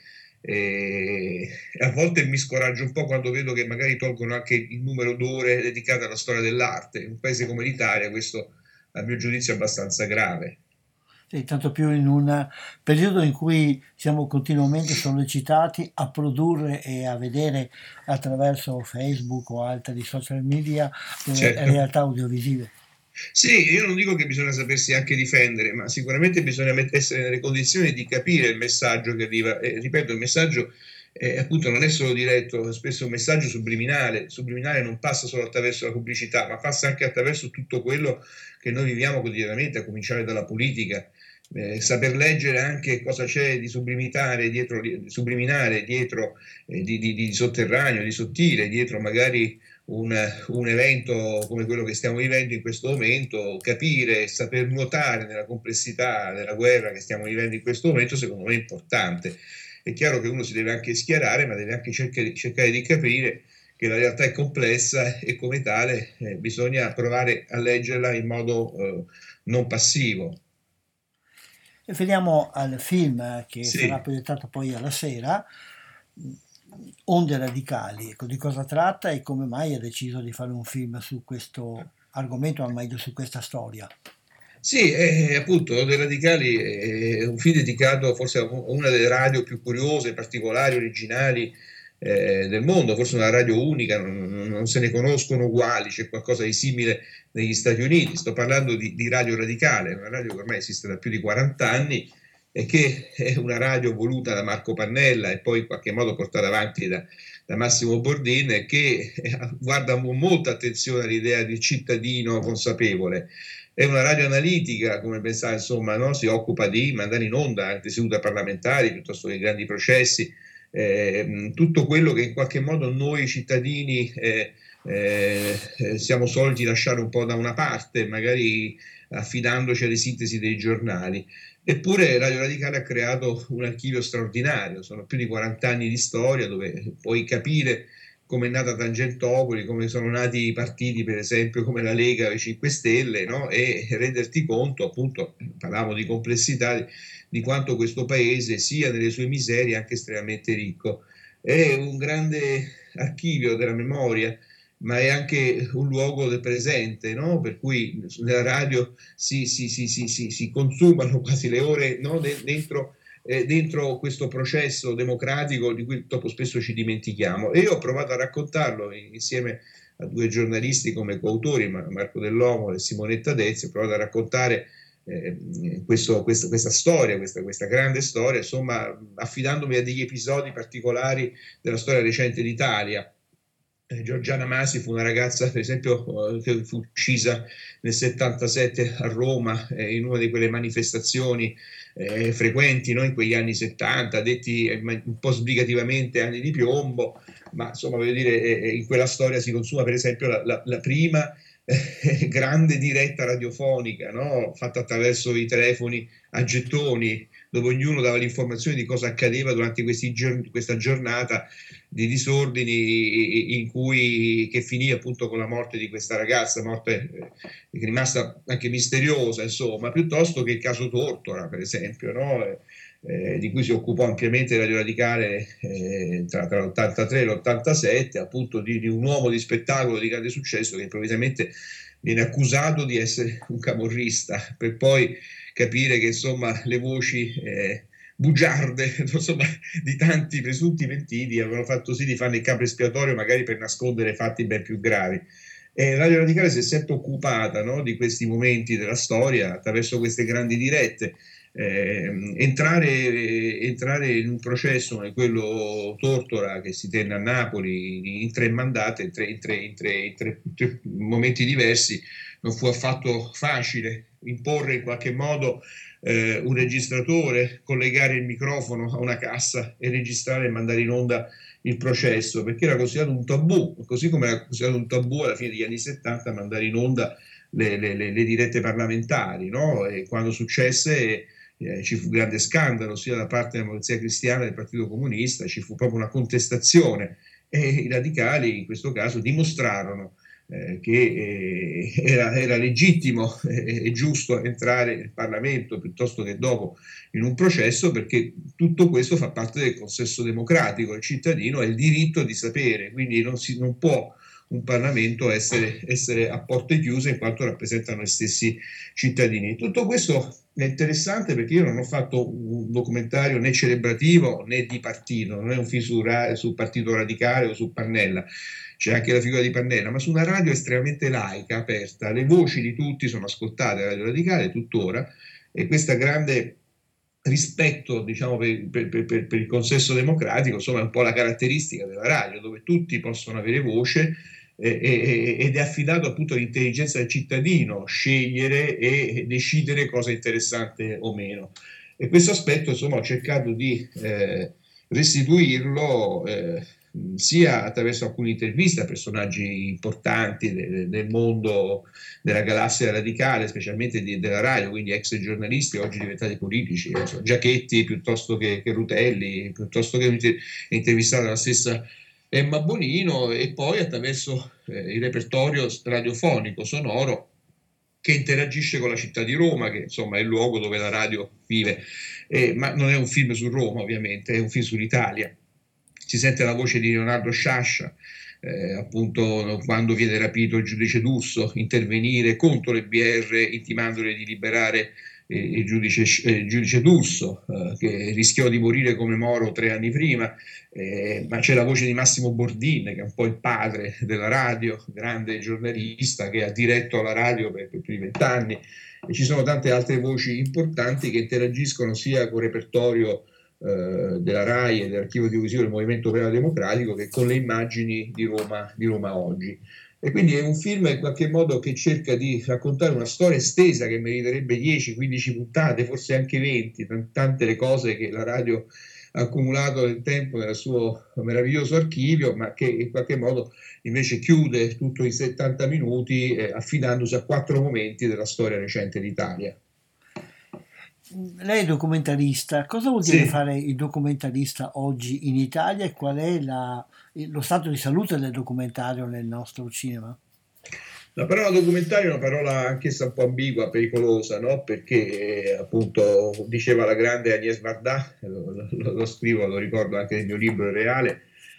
E a volte mi scoraggio un po' quando vedo che magari tolgono anche il numero d'ore dedicate alla storia dell'arte. In un paese come l'Italia questo, a mio giudizio, è abbastanza grave.
Sì, tanto più in un periodo in cui siamo continuamente sollecitati a produrre e a vedere attraverso Facebook o altri social media delle
Certo.
realtà audiovisive.
Sì, io non dico che bisogna sapersi anche difendere, ma sicuramente bisogna met- essere nelle condizioni di capire il messaggio che arriva. E, ripeto, il messaggio eh, appunto non è solo diretto, spesso è un messaggio subliminale. Subliminale non passa solo attraverso la pubblicità, ma passa anche attraverso tutto quello che noi viviamo quotidianamente, a cominciare dalla politica. Eh, saper leggere anche cosa c'è di subliminale dietro, di subliminale, dietro eh, di, di, di sotterraneo, di sottile, dietro magari un, un evento come quello che stiamo vivendo in questo momento, capire, saper nuotare nella complessità della guerra che stiamo vivendo in questo momento, secondo me è importante. È chiaro che uno si deve anche schierare, ma deve anche cercare, cercare di capire che la realtà è complessa e come tale eh, bisogna provare a leggerla in modo eh, non passivo.
E veniamo al film che
Sì.
sarà proiettato poi alla sera, Onde radicali. Ecco, di cosa tratta e come mai ha deciso di fare un film su questo argomento, o meglio su questa storia?
Sì, eh, appunto, Onde Radicali è un film dedicato forse a una delle radio più curiose, particolari, originali eh, del mondo, forse una radio unica, non, non se ne conoscono uguali, c'è qualcosa di simile negli Stati Uniti. Sto parlando di, di Radio Radicale, una radio che ormai esiste da più di quaranta anni e che è una radio voluta da Marco Pannella e poi in qualche modo portata avanti da, da Massimo Bordin, che guarda con molta attenzione all'idea di cittadino consapevole. È una radio analitica, come pensare, insomma, no? Si occupa di mandare in onda anche sedute parlamentari piuttosto che grandi processi, eh, tutto quello che in qualche modo noi cittadini eh, eh, siamo soliti lasciare un po' da una parte, magari affidandoci alle sintesi dei giornali. Eppure Radio Radicale ha creato un archivio straordinario, sono più di quaranta anni di storia dove puoi capire come è nata Tangentopoli, come sono nati i partiti, per esempio, come la Lega o i cinque Stelle, no? E renderti conto, appunto, parlavamo di complessità, di, di quanto questo paese sia nelle sue miserie anche estremamente ricco. È un grande archivio della memoria, ma è anche un luogo del presente, no? Per cui nella radio si, si, si, si, si, si consumano quasi le ore, no? dentro, eh, dentro questo processo democratico di cui troppo spesso ci dimentichiamo. E io ho provato a raccontarlo insieme a due giornalisti come coautori, Marco Dell'Omo e Simonetta Dezzi, ho provato a raccontare eh, questo, questa, questa storia, questa, questa grande storia, insomma, affidandomi a degli episodi particolari della storia recente d'Italia. Giorgiana Masi fu una ragazza, per esempio, che fu uccisa nel settantasette a Roma eh, in una di quelle manifestazioni eh, frequenti, no? In quegli anni settanta, detti eh, un po' sbrigativamente anni di piombo, ma insomma voglio dire, eh, in quella storia si consuma per esempio la, la, la prima eh, grande diretta radiofonica, no? Fatta attraverso i telefoni a gettoni, dove ognuno dava l'informazione di cosa accadeva durante questi giorni, questa giornata di disordini in cui, che finì appunto con la morte di questa ragazza, morte eh, che è rimasta anche misteriosa, insomma, piuttosto che il caso Tortora, per esempio, no? eh, eh, di cui si occupò ampiamente Radio Radicale eh, tra, tra l'ottantatré e l'ottantasette, appunto di, di un uomo di spettacolo di grande successo che improvvisamente viene accusato di essere un camorrista, per poi capire che insomma le voci eh, bugiarde insomma, di tanti presunti pentiti avevano fatto sì di farne il capo espiatorio magari per nascondere fatti ben più gravi. E Radio Radicale si è sempre occupata, no, di questi momenti della storia attraverso queste grandi dirette. Eh, entrare, entrare in un processo come quello Tortora che si tenne a Napoli in tre mandate, in tre, in tre, in tre, in tre, in tre momenti diversi, non fu affatto facile. Imporre in qualche modo eh, un registratore, collegare il microfono a una cassa e registrare e mandare in onda il processo, perché era considerato un tabù, così come era considerato un tabù alla fine degli anni settanta mandare in onda le, le, le, le dirette parlamentari, no? E quando successe eh, ci fu grande scandalo sia da parte della Democrazia Cristiana che del Partito Comunista, ci fu proprio una contestazione e i radicali in questo caso dimostrarono eh, che eh, era, era legittimo e eh, giusto entrare nel Parlamento piuttosto che dopo in un processo, perché tutto questo fa parte del consesso democratico, il cittadino ha il diritto di sapere, quindi non, si, non può un Parlamento essere, essere a porte chiuse in quanto rappresentano gli stessi cittadini. Tutto questo è interessante perché io non ho fatto un documentario né celebrativo né di partito, non è un film su, sul Partito Radicale o su Pannella, c'è anche la figura di Pannella, ma su una radio estremamente laica, aperta, le voci di tutti sono ascoltate alla Radio Radicale tuttora, e questa grande rispetto, diciamo, per, per, per, per il consesso democratico, insomma, è un po' la caratteristica della radio, dove tutti possono avere voce eh, eh, ed è affidato appunto all'intelligenza del cittadino scegliere e decidere cosa è interessante o meno. E questo aspetto, insomma, ho cercato di eh, restituirlo eh, sia attraverso alcune interviste a personaggi importanti del, del mondo della galassia radicale, specialmente di, della radio, quindi ex giornalisti oggi diventati politici, so, Giachetti piuttosto che, che Rutelli, piuttosto che intervistare la stessa Emma Bonino, e poi attraverso eh, il repertorio radiofonico sonoro che interagisce con la città di Roma, che insomma è il luogo dove la radio vive, eh, ma non è un film su Roma ovviamente, è un film sull'Italia. Si sente la voce di Leonardo Sciascia, eh, appunto quando viene rapito il giudice D'Urso, intervenire contro le B R intimandole di liberare eh, il, giudice, eh, il giudice D'Urso, eh, che rischiò di morire come Moro tre anni prima, eh, ma c'è la voce di Massimo Bordin, che è un po' il padre della radio, grande giornalista che ha diretto la radio per, per più di vent'anni, e ci sono tante altre voci importanti che interagiscono sia con il repertorio della RAI e dell'archivio televisivo del Movimento Operaio Democratico che con le immagini di Roma, di Roma oggi. E quindi è un film in qualche modo che cerca di raccontare una storia estesa che meriterebbe dieci quindici puntate, forse anche venti, tante le cose che la radio ha accumulato nel tempo nel suo meraviglioso archivio, ma che in qualche modo invece chiude tutto in settanta minuti eh, affidandosi a quattro momenti della storia recente d'Italia.
Lei è documentarista, cosa vuol dire
Sì.
fare il documentarista oggi in Italia e qual è la, lo stato di salute del documentario nel nostro cinema?
La parola documentario è una parola anch'essa un po' ambigua, pericolosa, no? Perché eh, appunto diceva la grande Agnès Varda, lo, lo, lo scrivo, lo ricordo anche nel mio libro Il Reale,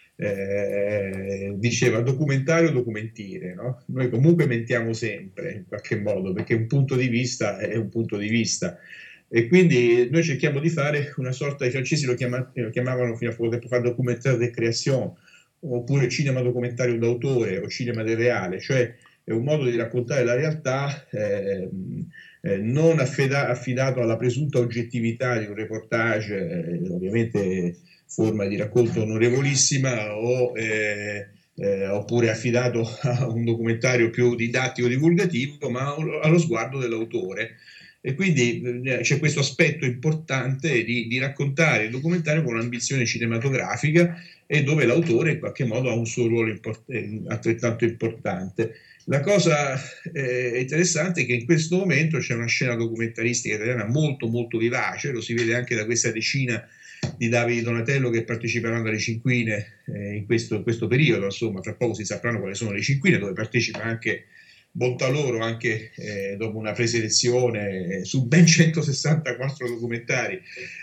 eh, diceva documentario documentire, no? Noi comunque mentiamo sempre in qualche modo perché un punto di vista è un punto di vista. E quindi noi cerchiamo di fare una sorta, i francesi lo, chiama, lo chiamavano fino a poco tempo fa documentaire de création, oppure cinema documentario d'autore o cinema del reale, cioè è un modo di raccontare la realtà eh, eh, non affida, affidato alla presunta oggettività di un reportage, eh, ovviamente forma di racconto onorevolissima, o, eh, eh, oppure affidato a un documentario più didattico divulgativo, ma allo sguardo dell'autore. E quindi eh, c'è questo aspetto importante di, di raccontare il documentario con un'ambizione cinematografica e dove l'autore in qualche modo ha un suo ruolo import- altrettanto importante. La cosa eh, interessante è che in questo momento c'è una scena documentaristica italiana molto molto vivace, lo si vede anche da questa decina di Davide Donatello che parteciperanno alle Cinquine eh, in, questo, in questo periodo, insomma tra poco si sapranno quali sono le Cinquine, dove partecipa anche bontà loro, anche eh, dopo una preselezione eh, su ben centosessantaquattro documentari,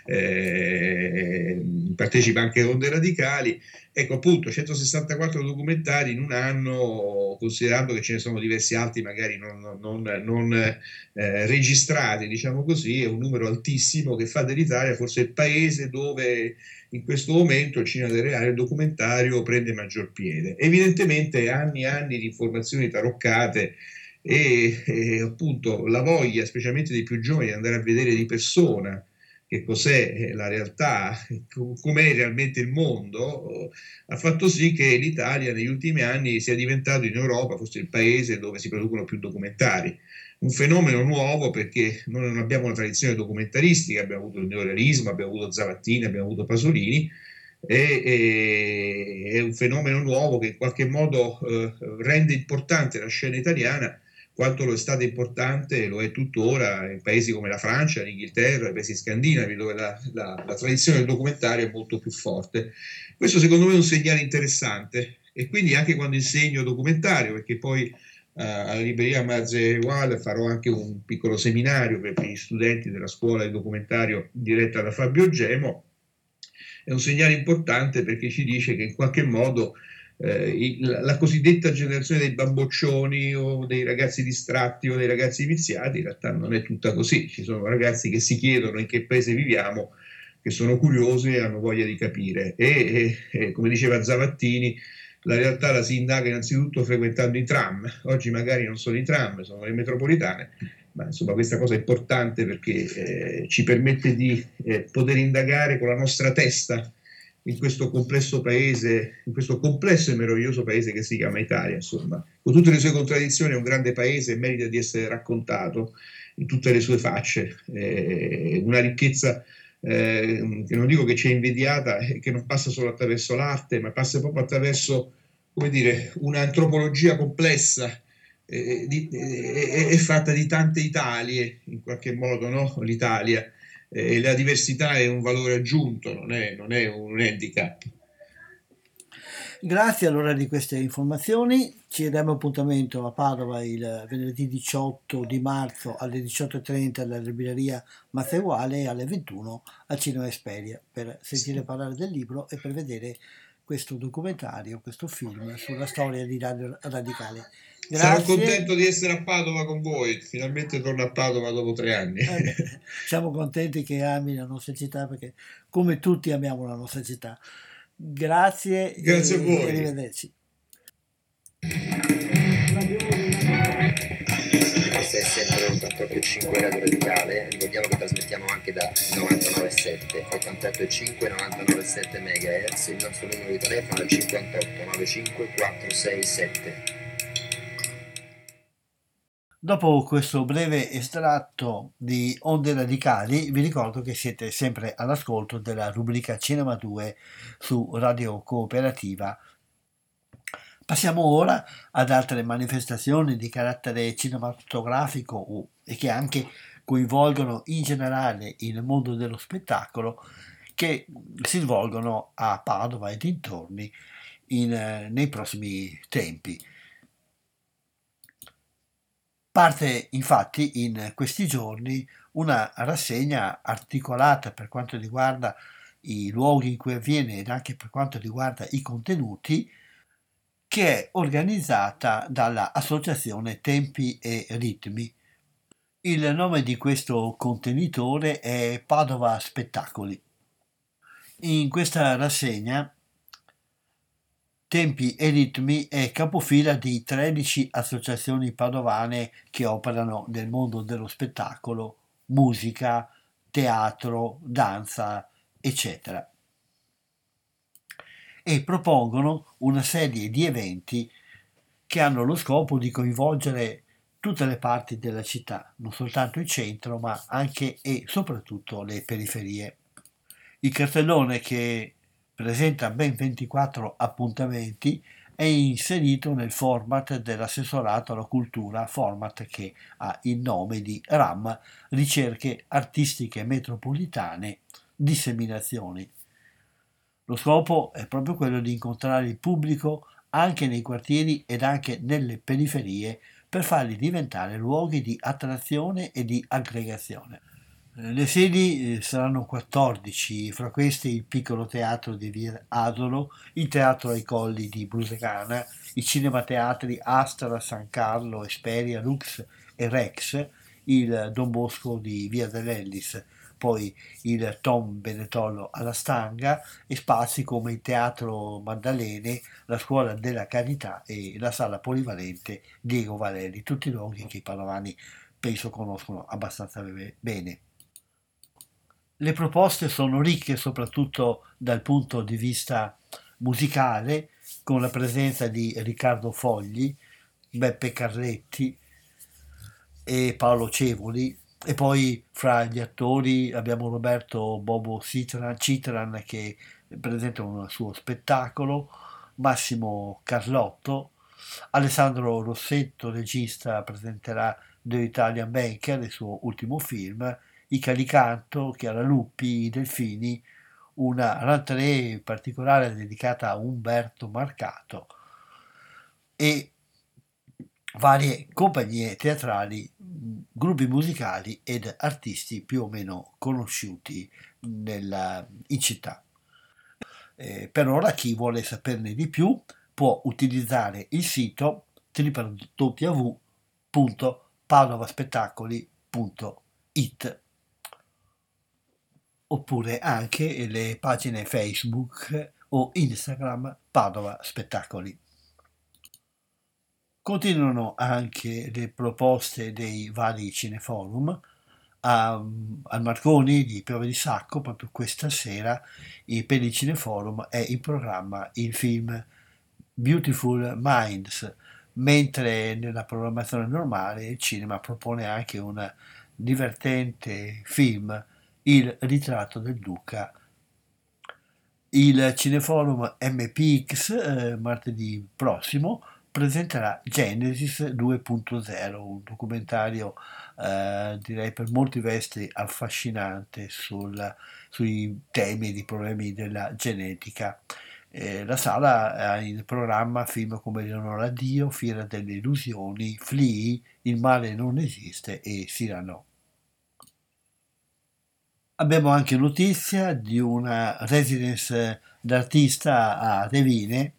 eh, partecipa anche Onde Radicali. Ecco appunto centosessantaquattro documentari in un anno, considerando che ce ne sono diversi altri magari non, non, non eh, registrati, diciamo così, è un numero altissimo che fa dell'Italia forse il paese dove in questo momento il cinema del reale, il documentario prende maggior piede. Evidentemente anni e anni di informazioni taroccate e, e appunto la voglia, specialmente dei più giovani, di andare a vedere di persona che cos'è la realtà, com'è realmente il mondo, ha fatto sì che l'Italia negli ultimi anni sia diventato in Europa forse il paese dove si producono più documentari. Un fenomeno nuovo perché noi non abbiamo una tradizione documentaristica, abbiamo avuto il neorealismo, abbiamo avuto Zavattini, abbiamo avuto Pasolini, e, e, è un fenomeno nuovo che in qualche modo eh, rende importante la scena italiana quanto lo è stato importante, lo è tuttora in paesi come la Francia, l'Inghilterra, i paesi scandinavi, dove la, la, la tradizione del documentario è molto più forte. Questo secondo me è un segnale interessante, e quindi anche quando insegno documentario, perché poi Uh, alla libreria Mazze-Wal farò anche un piccolo seminario per gli studenti della scuola di documentario diretta da Fabio Gemo. È un segnale importante perché ci dice che in qualche modo eh, il, la cosiddetta generazione dei bamboccioni o dei ragazzi distratti o dei ragazzi viziati in realtà non è tutta così. Ci sono ragazzi che si chiedono in che paese viviamo, che sono curiosi e hanno voglia di capire, e, e, e come diceva Zavattini, la realtà la si indaga innanzitutto frequentando i tram. Oggi magari non sono i tram, sono le metropolitane, ma insomma questa cosa è importante perché eh, ci permette di eh, poter indagare con la nostra testa in questo complesso paese, in questo complesso e meraviglioso paese che si chiama Italia. Insomma, con tutte le sue contraddizioni è un grande paese e merita di essere raccontato in tutte le sue facce, eh, una ricchezza Eh, che non dico che ci è invidiata, eh, che non passa solo attraverso l'arte, ma passa proprio attraverso, come dire, un'antropologia complessa, eh, di, eh, è fatta di tante Italie, in qualche modo, no? L'Italia, eh, la diversità è un valore aggiunto, non è, non è un handicap.
Grazie allora di queste informazioni, ci diamo appuntamento a Padova il venerdì diciotto di marzo alle diciotto e trenta alla libreria Mazze-Wal e alle ventuno al Cinema Esperia per sentire parlare del libro e per vedere questo documentario, questo film sulla storia di Radio Radicale. Grazie.
Sarò contento di essere a Padova con voi, finalmente torno a Padova dopo tre anni.
Eh beh, siamo contenti che ami la nostra città perché come tutti amiamo la nostra città. Grazie,
Grazie
e,
a voi.
E arrivederci.
Questa è sempre l'ottantotto e cinque Radio Radicale, ricordiamo che trasmettiamo anche da novantanove e sette, ottantotto e cinque, novantanove e sette MHz, il nostro numero di telefono è cinquantotto novantacinque quattro sei sette.
Dopo questo breve estratto di Onde Radicali, vi ricordo che siete sempre all'ascolto della rubrica Cinema due su Radio Cooperativa. Passiamo ora ad altre manifestazioni di carattere cinematografico e che anche coinvolgono in generale il mondo dello spettacolo, che si svolgono a Padova e dintorni in, nei prossimi tempi. Parte infatti in questi giorni una rassegna articolata per quanto riguarda i luoghi in cui avviene ed anche per quanto riguarda i contenuti, che è organizzata dalla associazione Tempi e Ritmi. Il nome di questo contenitore è Padova Spettacoli. In questa rassegna Tempi e Ritmi è capofila di tredici associazioni padovane che operano nel mondo dello spettacolo, musica, teatro, danza, eccetera. E propongono una serie di eventi che hanno lo scopo di coinvolgere tutte le parti della città, non soltanto il centro, ma anche e soprattutto le periferie. Il cartellone, che presenta ben ventiquattro appuntamenti, è inserito nel format dell'assessorato alla cultura, format che ha il nome di RAM, Ricerche Artistiche Metropolitane, Disseminazioni. Lo scopo è proprio quello di incontrare il pubblico anche nei quartieri ed anche nelle periferie per farli diventare luoghi di attrazione e di aggregazione. Le sedi saranno quattordici, fra queste il piccolo teatro di Via Adolo, il teatro ai Colli di Brusecana, i cinemateatri Astra, San Carlo, Esperia, Lux e Rex, il Don Bosco di Via dell'Ellis, poi il Tom Benettolo alla Stanga e spazi come il Teatro Maddalene, la Scuola della Carità e la Sala Polivalente Diego Valeri, tutti luoghi che i padovani penso conoscono abbastanza bene. Le proposte sono ricche soprattutto dal punto di vista musicale, con la presenza di Riccardo Fogli, Beppe Carretti e Paolo Cevoli, e poi fra gli attori abbiamo Roberto Bobo Citran, Citran che presenta un suo spettacolo, Massimo Carlotto, Alessandro Rossetto, regista, presenterà The Italian Banker, il suo ultimo film, I Calicanto, Chiara Luppi, I Delfini, una rentrée particolare dedicata a Umberto Marcato e varie compagnie teatrali, gruppi musicali ed artisti più o meno conosciuti nella, in città. Eh, per ora chi vuole saperne di più può utilizzare il sito w w w punto padovaspettacoli punto it oppure anche le pagine Facebook o Instagram Padova Spettacoli. Continuano anche le proposte dei vari cineforum. A, al Marconi di Piove di Sacco proprio questa sera per il cineforum è in programma il film Beautiful Minds, mentre nella programmazione normale il cinema propone anche un divertente film, Il ritratto del Duca. Il cineforum M P X eh, martedì prossimo presenterà Genesis due punto zero, un documentario eh, direi per molti versi affascinante sul, sui temi e i problemi della genetica. Eh, la sala ha in programma film come Leonora Dio, Fiera delle Illusioni, Flea, Il male non esiste e Cyrano. Abbiamo anche notizia di una residence d'artista a Revine,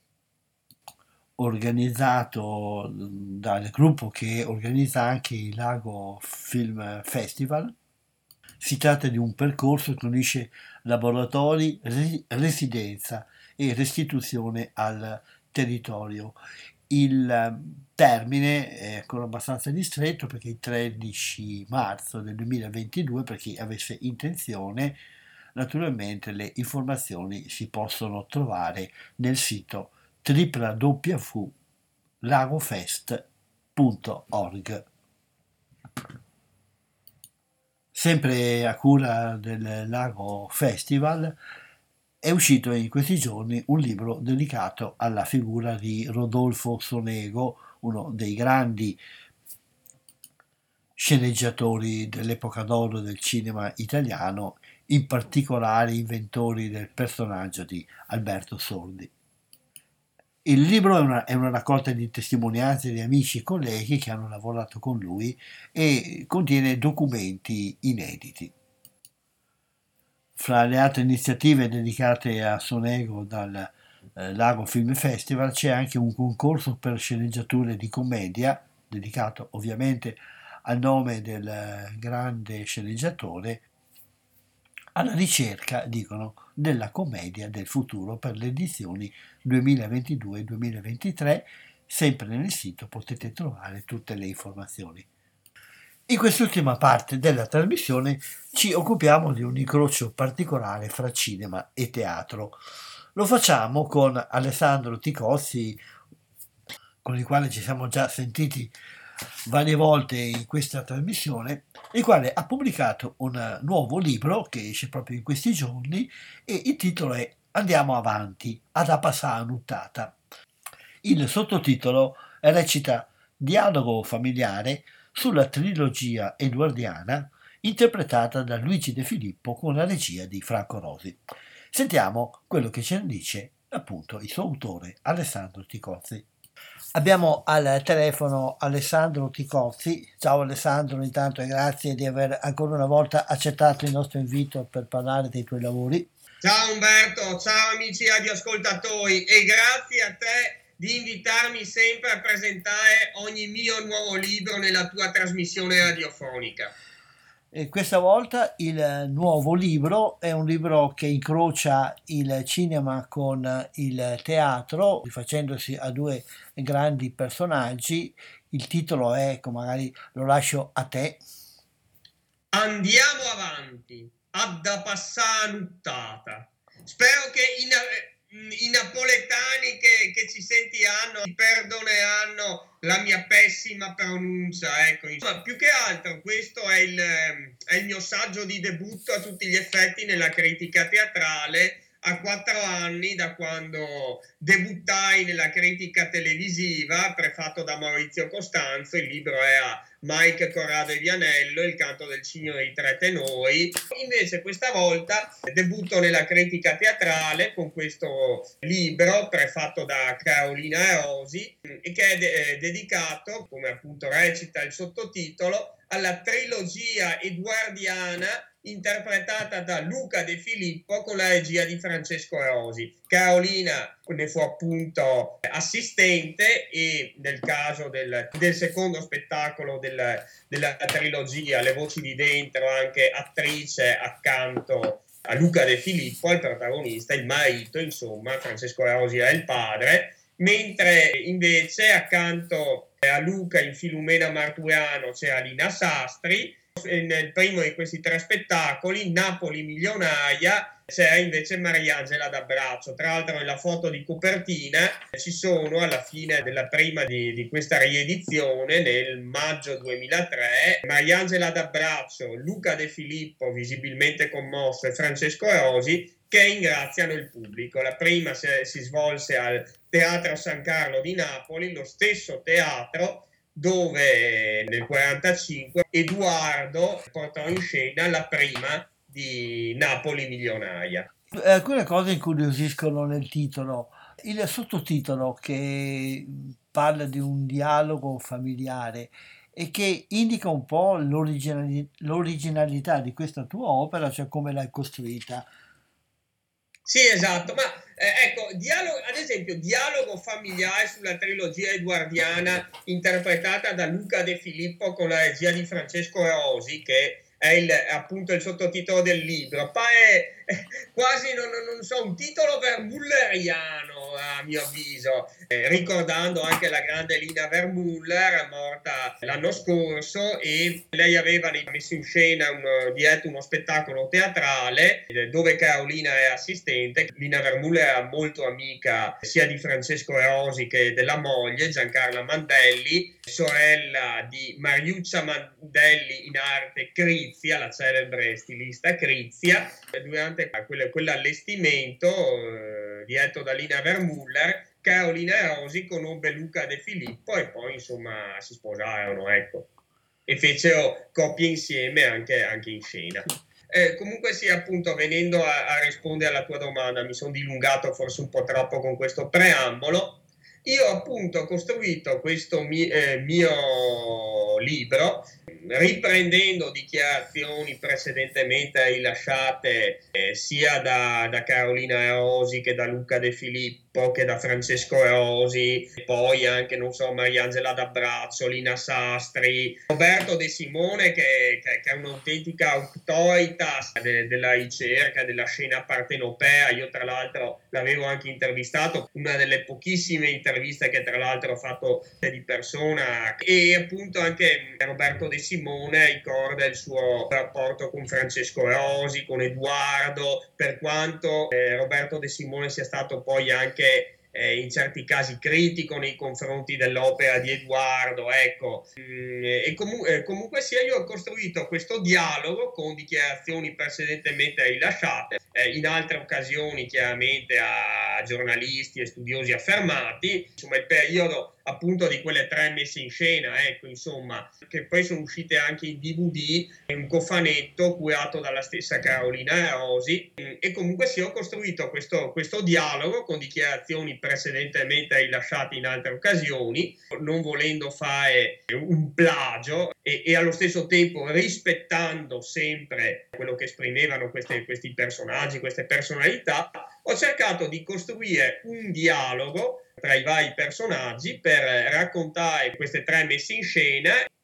organizzato dal gruppo che organizza anche il Lago Film Festival. Si tratta di un percorso che unisce laboratori, residenza e restituzione al territorio. Il termine è ancora abbastanza ristretto perché il tredici marzo del duemilaventidue, per chi avesse intenzione, naturalmente le informazioni si possono trovare nel sito w w w punto lagofest punto org. Sempre a cura del Lago Festival è uscito in questi giorni un libro dedicato alla figura di Rodolfo Sonego, uno dei grandi sceneggiatori dell'epoca d'oro del cinema italiano, in particolare inventori del personaggio di Alberto Sordi. Il libro è una, è una raccolta di testimonianze di amici e colleghi che hanno lavorato con lui e contiene documenti inediti. Fra le altre iniziative dedicate a Sonego dal eh, Lago Film Festival c'è anche un concorso per sceneggiature di commedia, dedicato ovviamente al nome del grande sceneggiatore, alla ricerca, dicono, della commedia del futuro per le edizioni duemilaventidue duemilaventitré. Sempre nel sito potete trovare tutte le informazioni. In quest'ultima parte della trasmissione ci occupiamo di un incrocio particolare fra cinema e teatro. Lo facciamo con Alessandro Ticozzi, con il quale ci siamo già sentiti varie volte in questa trasmissione, il quale ha pubblicato un nuovo libro che esce proprio in questi giorni e il titolo è Andiamo avanti, ad passare nuttata. Il sottotitolo recita Dialogo familiare sulla trilogia edoardiana interpretata da Luigi De Filippo con la regia di Franco Rosi. Sentiamo quello che ce ne dice appunto il suo autore Alessandro Ticozzi. Abbiamo al telefono Alessandro Ticozzi. Ciao Alessandro, intanto e grazie di aver ancora una volta accettato il nostro invito per parlare dei tuoi lavori.
Ciao Umberto, ciao amici radioascoltatori e grazie a te di invitarmi sempre a presentare ogni mio nuovo libro nella tua trasmissione radiofonica.
E questa volta il nuovo libro è un libro che incrocia il cinema con il teatro, rifacendosi a due grandi personaggi. Il titolo è, magari lo lascio a te.
Andiamo avanti, ad da passà nuttata. Spero che in... i napoletani che, che ci sentiranno perdoneranno la mia pessima pronuncia, ecco. Insomma, più che altro questo è il, è il mio saggio di debutto a tutti gli effetti nella critica teatrale, a quattro anni da quando debuttai nella critica televisiva, prefatto da Maurizio Costanzo. Il libro è a Mike Corrado e Vianello, Il canto del cigno dei tre tenori. Invece questa volta debutto nella critica teatrale con questo libro prefatto da Carolina Erosi, e che è de- dedicato, come appunto recita il sottotitolo, alla trilogia edoardiana interpretata da Luca De Filippo con la regia di Francesco Erosi. Carolina ne fu appunto assistente e nel caso del, del secondo spettacolo del, della trilogia, Le voci di dentro, anche attrice accanto a Luca De Filippo, il protagonista, il marito, insomma, Francesco Erosi è il padre, mentre invece accanto a Luca in Filumena Marturiano c'era Lina Sastri. Nel primo di questi tre spettacoli, Napoli milionaria, c'è invece Mariangela D'Abbraccio. Tra l'altro nella foto di copertina ci sono, alla fine della prima di, di questa riedizione, nel maggio duemilatré, Mariangela D'Abbraccio, Luca De Filippo visibilmente commosso e Francesco Erosi che ringraziano il pubblico. La prima si, si svolse al Teatro San Carlo di Napoli, lo stesso teatro dove nel quarantacinque Edoardo portò in scena la prima di Napoli milionaria.
Alcune cose incuriosiscono nel titolo. Il sottotitolo, che parla di un dialogo familiare e che indica un po' l'originali- l'originalità di questa tua opera, cioè come l'hai costruita.
Sì, esatto, ma eh, ecco, dialogo, ad esempio, dialogo familiare sulla trilogia edoardiana interpretata da Luca De Filippo con la regia di Francesco Erosi, che è il, appunto il sottotitolo del libro. Pare eh, quasi, non, non so, un titolo vermulleriano a mio avviso, eh, ricordando anche la grande Lina Vermuller, morta l'anno scorso, e lei aveva messo in scena un, diretto uno spettacolo teatrale dove Carolina è assistente. Lina Vermuller era molto amica sia di Francesco Erosi che della moglie Giancarla Mandelli, sorella di Mariuccia Mandelli in arte Crizia, la celebre stilista Crizia. Durante quelle, quell'allestimento eh, diretto da Lina Vermuller, Carolina Erosi conobbe Luca De Filippo e poi insomma si sposarono, ecco, e fecero coppie insieme anche, anche in scena. Eh, comunque sì, appunto, venendo a, a rispondere alla tua domanda, mi sono dilungato forse un po' troppo con questo preambolo. Io appunto ho costruito questo mi, eh, mio libro riprendendo dichiarazioni precedentemente rilasciate eh, sia da, da Carolina Erosi che da Luca De Filippo che da Francesco Erosi, e poi anche, non so, Mariangela D'Abbraccio, Lina Sastri, Roberto De Simone che, che, che è un'autentica autoritas de, della ricerca della scena partenopea. Io tra l'altro l'avevo anche intervistato, una delle pochissime interviste che tra l'altro ho fatto di persona, e appunto anche Roberto De Simone ricorda il suo rapporto con Francesco Erosi, con Edoardo, per quanto eh, Roberto De Simone sia stato poi anche eh, in certi casi critico nei confronti dell'opera di Edoardo, ecco. Mm, e comu- eh, comunque sia, io ho costruito questo dialogo con dichiarazioni precedentemente rilasciate, eh, in altre occasioni chiaramente a giornalisti e studiosi affermati, insomma il periodo appunto di quelle tre messe in scena, ecco, insomma, che poi sono uscite anche in D V D, un cofanetto curato dalla stessa Carolina Erosi. E comunque sì, ho costruito questo, questo dialogo con dichiarazioni precedentemente rilasciate in altre occasioni, non volendo fare un plagio e, e allo stesso tempo rispettando sempre quello che esprimevano queste, questi personaggi, queste personalità. Ho cercato di costruire un dialogo tra i vari personaggi per raccontare queste tre messe in scena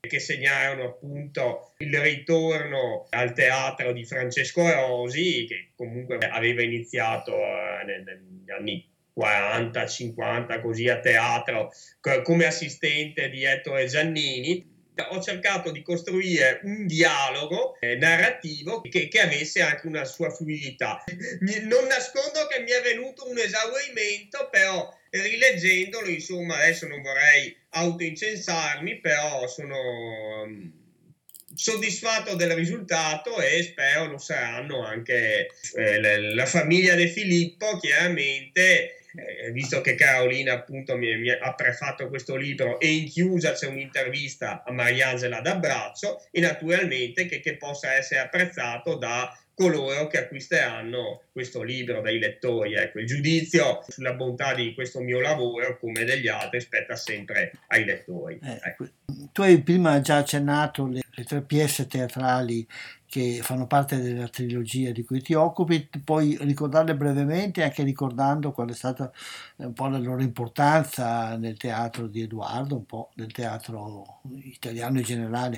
che segnarono appunto il ritorno al teatro di Francesco Rosi, che comunque aveva iniziato eh, negli anni quaranta cinquanta così a teatro come assistente di Ettore Giannini. Ho cercato di costruire un dialogo eh, narrativo che, che avesse anche una sua fluidità. Non nascondo che mi è venuto un esaurimento, però rileggendolo, insomma, adesso non vorrei autoincensarmi, però sono um, soddisfatto del risultato e spero lo saranno anche eh, la, la famiglia De Filippo, chiaramente. Eh, visto che Carolina appunto mi, mi ha prefatto questo libro e in chiusa c'è un'intervista a Mariangela D'Abbraccio, e naturalmente che, che possa essere apprezzato da coloro che acquisteranno questo libro, dai lettori. Ecco, il giudizio sulla bontà di questo mio lavoro, come degli altri, spetta sempre ai lettori.
Eh,
ecco.
Tu hai prima già accennato le, le tre pièce teatrali che fanno parte della trilogia di cui ti occupi, puoi ricordarle brevemente, anche ricordando qual è stata un po' la loro importanza nel teatro di Edoardo, un po' nel teatro italiano in generale.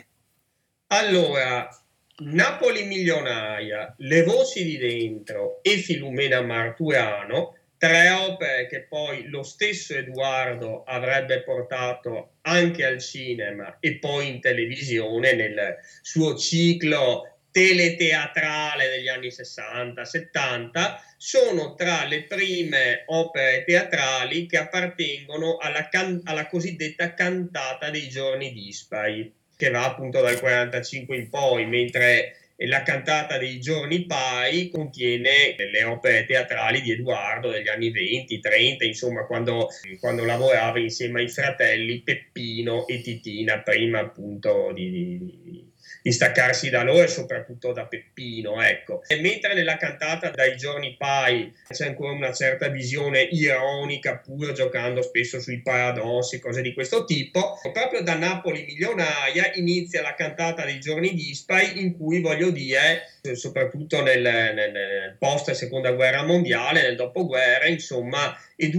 Allora, Napoli milionaria, Le voci di dentro e Filumena Marturano, tre opere che poi lo stesso Edoardo avrebbe portato anche al cinema e poi in televisione nel suo ciclo teleteatrale degli anni sessanta settanta, sono tra le prime opere teatrali che appartengono alla, can- alla cosiddetta cantata dei giorni dispari, che va appunto dal quarantacinque in poi, mentre la cantata dei giorni pari contiene le opere teatrali di Edoardo degli anni venti trenta, insomma quando, quando lavorava insieme ai fratelli Peppino e Titina, prima appunto di, di, di staccarsi da loro e soprattutto da Peppino, ecco. E mentre nella cantata dai giorni pari c'è ancora una certa visione ironica, pur giocando spesso sui paradossi, cose di questo tipo, proprio da Napoli milionaria inizia la cantata dei giorni dispari, in cui, voglio dire, soprattutto nel, nel, nel post seconda guerra mondiale, nel dopoguerra, insomma,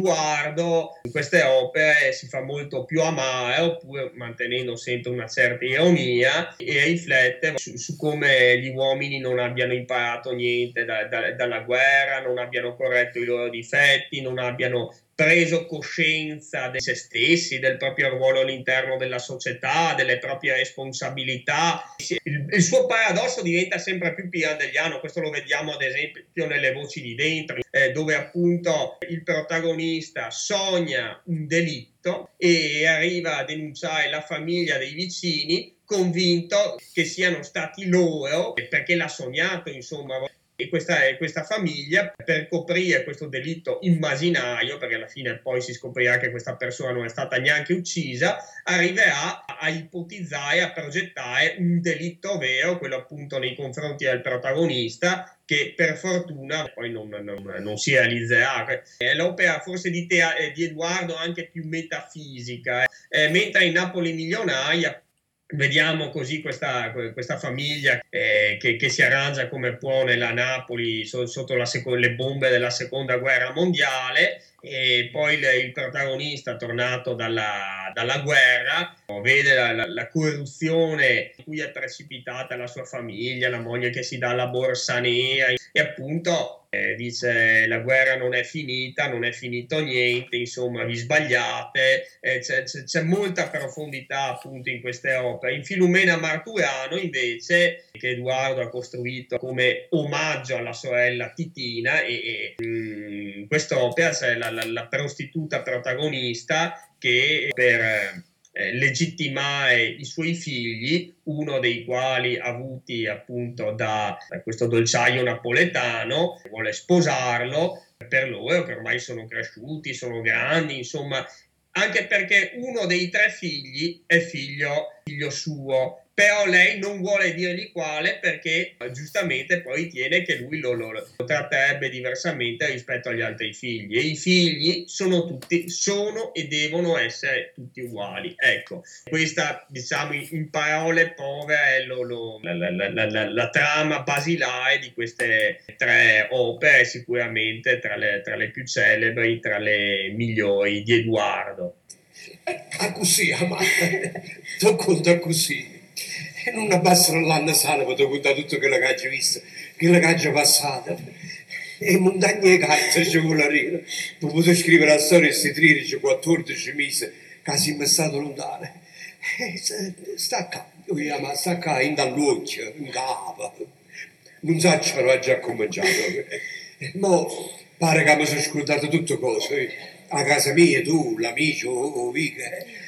Edoardo in queste opere si fa molto più amaro, pur mantenendo sempre una certa ironia, e riflette su, su come gli uomini non abbiano imparato niente da, da, dalla guerra, non abbiano corretto i loro difetti, non abbiano preso coscienza di se stessi, del proprio ruolo all'interno della società, delle proprie responsabilità. Il, il suo paradosso diventa sempre più pirandelliano, questo lo vediamo ad esempio nelle voci di dentro, eh, dove appunto il protagonista sogna un delitto e arriva a denunciare la famiglia dei vicini, convinto che siano stati loro, perché l'ha sognato, insomma. E questa, questa famiglia, per coprire questo delitto immaginario, perché alla fine poi si scoprirà che questa persona non è stata neanche uccisa, arriverà a ipotizzare, a progettare un delitto vero, quello appunto nei confronti del protagonista, che per fortuna poi non, non, non si realizzerà. È l'opera forse di, Tea, di Edoardo anche più metafisica, eh, mentre in Napoli milionaria vediamo così questa, questa famiglia eh, che, che si arrangia come può nella Napoli so, sotto la seco- le bombe della seconda guerra mondiale, e poi il, il protagonista, tornato dalla, dalla guerra, vede la, la, la corruzione in cui è precipitata la sua famiglia, la moglie che si dà la borsa nera e appunto eh, dice la guerra non è finita, non è finito niente, insomma vi sbagliate, eh, c'è, c'è, c'è molta profondità appunto in queste opere. In Filumena Marturano invece, che Edoardo ha costruito come omaggio alla sorella Titina, e, e mh, quest'opera c'è la, la, la prostituta protagonista che per eh, legittimare i suoi figli, uno dei quali avuti appunto da, da questo dolciaio napoletano, vuole sposarlo per loro che ormai sono cresciuti, sono grandi, insomma, anche perché uno dei tre figli è figlio, figlio suo, però lei non vuole dirgli quale, perché giustamente poi tiene che lui lo, lo, lo tratterebbe diversamente rispetto agli altri figli, e i figli sono tutti, sono e devono essere tutti uguali. Ecco, questa, diciamo in parole povere, è lo, lo, la, la, la, la, la trama basilare di queste tre opere, sicuramente tra le, tra le più celebri, tra le migliori di Edoardo.
A così, ma tu conta così. E non abbassano l'anno sano per contare tutto quello che hai visto, quello che hai passato. E montagne e carte ci vuole arrivare. Non posso scrivere la storia di tredici quattordici mesi che siamo stati lontani. Sta qua, ma sta qua in dall'occhio, in capo. Non so se però ha già cominciato. Ma pare che mi sono scordato tutte cose. A casa mia, tu, l'amico, o Vica.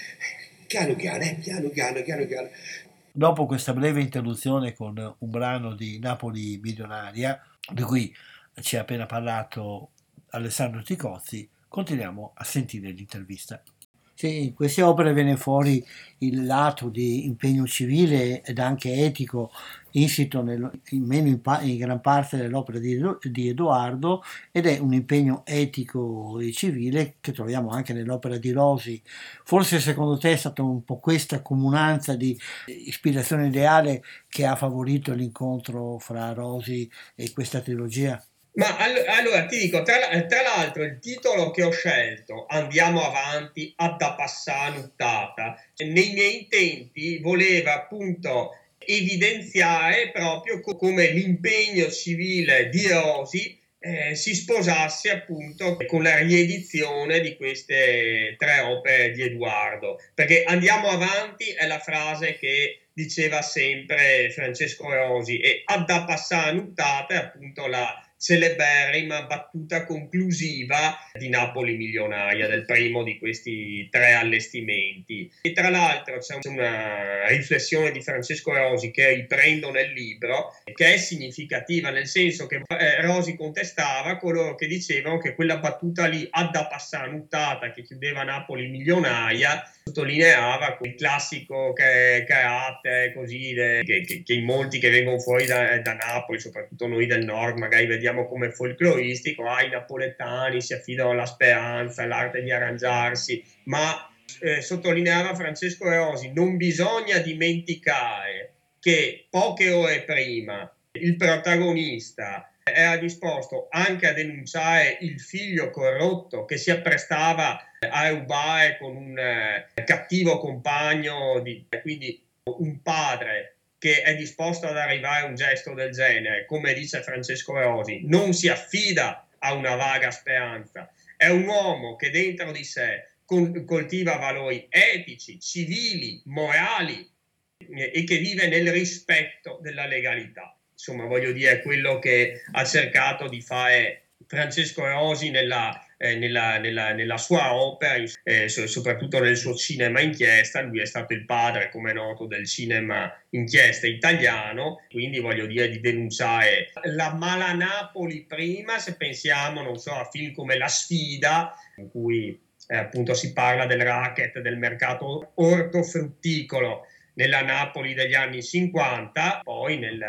Piano piano, eh, piano piano, piano piano.
Dopo questa breve introduzione con un brano di Napoli Milionaria, di cui ci ha appena parlato Alessandro Ticozzi, continuiamo a sentire l'intervista. Sì, in queste opere viene fuori il lato di impegno civile ed anche etico insito nel, in, meno in, pa, in gran parte dell'opera di, di Edoardo, ed è un impegno etico e civile che troviamo anche nell'opera di Rosi. Forse secondo te è stata un po' questa comunanza di ispirazione ideale che ha favorito l'incontro fra Rosi e questa trilogia?
Ma all- allora ti dico, tra, tra l'altro il titolo che ho scelto, Andiamo avanti, adda passà nuttata, nei miei intenti voleva appunto evidenziare proprio co- come l'impegno civile di Rosi eh, si sposasse appunto con la riedizione di queste tre opere di Edoardo, perché Andiamo avanti è la frase che diceva sempre Francesco Rosi e adda passà nuttata è appunto la celeberrima battuta conclusiva di Napoli Milionaria, del primo di questi tre allestimenti. E tra l'altro c'è una riflessione di Francesco Rosi che riprendo nel libro, che è significativa, nel senso che eh, Rosi contestava coloro che dicevano che quella battuta lì, adda passà nuttata, che chiudeva Napoli Milionaria, sottolineava quel classico che, carattere così de, che, che, che in molti che vengono fuori da, da Napoli, soprattutto noi del nord, magari vediamo come folcloristico, ah, i napoletani si affidano alla speranza, all'arte di arrangiarsi, ma eh, sottolineava Francesco Rosi, non bisogna dimenticare che poche ore prima il protagonista era disposto anche a denunciare il figlio corrotto che si apprestava a rubare con un eh, cattivo compagno, di, quindi un padre che è disposto ad arrivare a un gesto del genere, come dice Francesco Rosi, non si affida a una vaga speranza, è un uomo che dentro di sé con, coltiva valori etici, civili, morali eh, e che vive nel rispetto della legalità. Insomma, voglio dire, quello che ha cercato di fare Francesco Rosi nella, eh, nella, nella, nella sua opera, eh, soprattutto nel suo cinema inchiesta. Lui è stato il padre, come è noto, del cinema inchiesta italiano, quindi voglio dire di denunciare la mala Napoli prima, se pensiamo, non so, a film come La Sfida, in cui eh, appunto si parla del racket del mercato ortofrutticolo nella Napoli degli anni cinquanta, poi nel...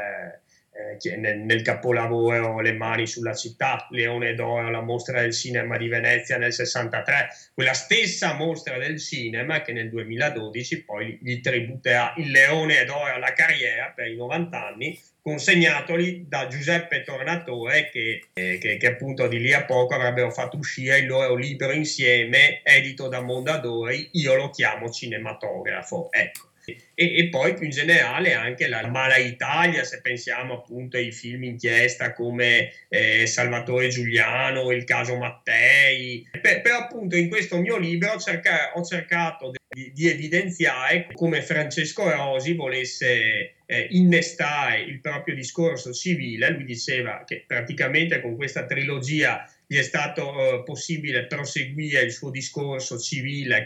Eh, nel, nel capolavoro Le mani sulla città, Leone d'Oro, la mostra del cinema di Venezia nel sessantatré, quella stessa mostra del cinema che nel duemiladodici poi gli tributerà il Leone d'Oro alla carriera per i novanta anni, consegnatoli da Giuseppe Tornatore che, eh, che, che appunto di lì a poco avrebbero fatto uscire il loro libro insieme, edito da Mondadori, Io lo chiamo cinematografo, ecco. E, e poi più in generale anche la mala Italia, se pensiamo appunto ai film inchiesta come eh, Salvatore Giuliano, il caso Mattei. Per, però appunto in questo mio libro cerca, ho cercato di, di evidenziare come Francesco Rosi volesse eh, innestare il proprio discorso civile. Lui diceva che praticamente con questa trilogia gli è stato eh, possibile proseguire il suo discorso civile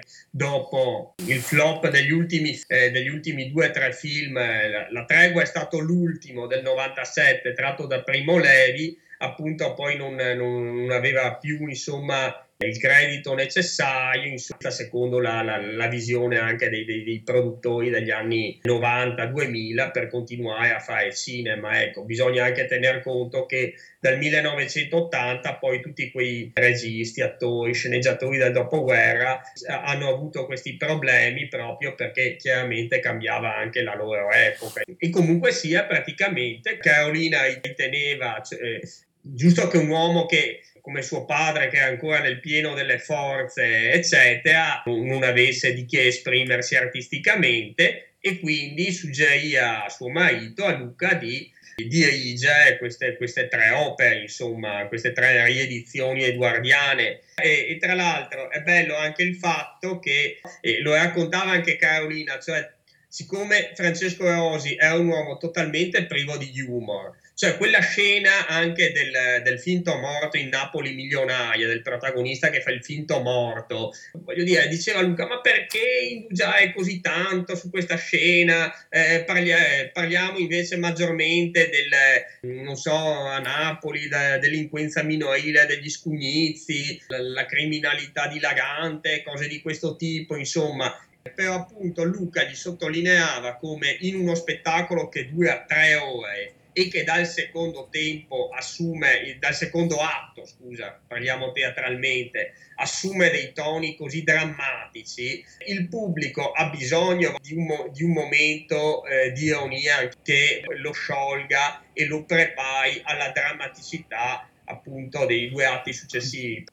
dopo il flop degli ultimi, eh, degli ultimi due o tre film. La, la Tregua è stato l'ultimo del novantasette, tratto da Primo Levi, appunto poi non, non, non aveva più insomma il credito necessario, insomma, secondo la, la, la visione anche dei, dei, dei produttori degli anni novanta duemila, per continuare a fare cinema. Ecco, bisogna anche tener conto che dal millenovecentottanta poi tutti quei registi, attori, sceneggiatori del dopoguerra hanno avuto questi problemi proprio perché chiaramente cambiava anche la loro epoca. E comunque sia, praticamente Carolina riteneva, cioè, giusto che un uomo che come suo padre che era ancora nel pieno delle forze, eccetera, non avesse di che esprimersi artisticamente, e quindi suggerì a suo marito, a Luca, di dirige queste, queste tre opere, insomma, queste tre riedizioni edoardiane. E, e tra l'altro è bello anche il fatto che, e lo raccontava anche Carolina, cioè siccome Francesco Rosi è un uomo totalmente privo di humor, cioè quella scena anche del, del finto morto in Napoli milionaria, del protagonista che fa il finto morto, voglio dire, diceva Luca, ma perché indugiare così tanto su questa scena? Eh, parlia, parliamo invece maggiormente del, non so, a Napoli, da, delinquenza minorile, degli scugnizi, la, la criminalità dilagante, cose di questo tipo, insomma. Però appunto Luca gli sottolineava come in uno spettacolo che dura tre ore e che dal secondo tempo assume, dal secondo atto, scusa, parliamo teatralmente, assume dei toni così drammatici, il pubblico ha bisogno di un, di un momento eh, di ironia che lo sciolga e lo prepari alla drammaticità appunto dei due atti successivi.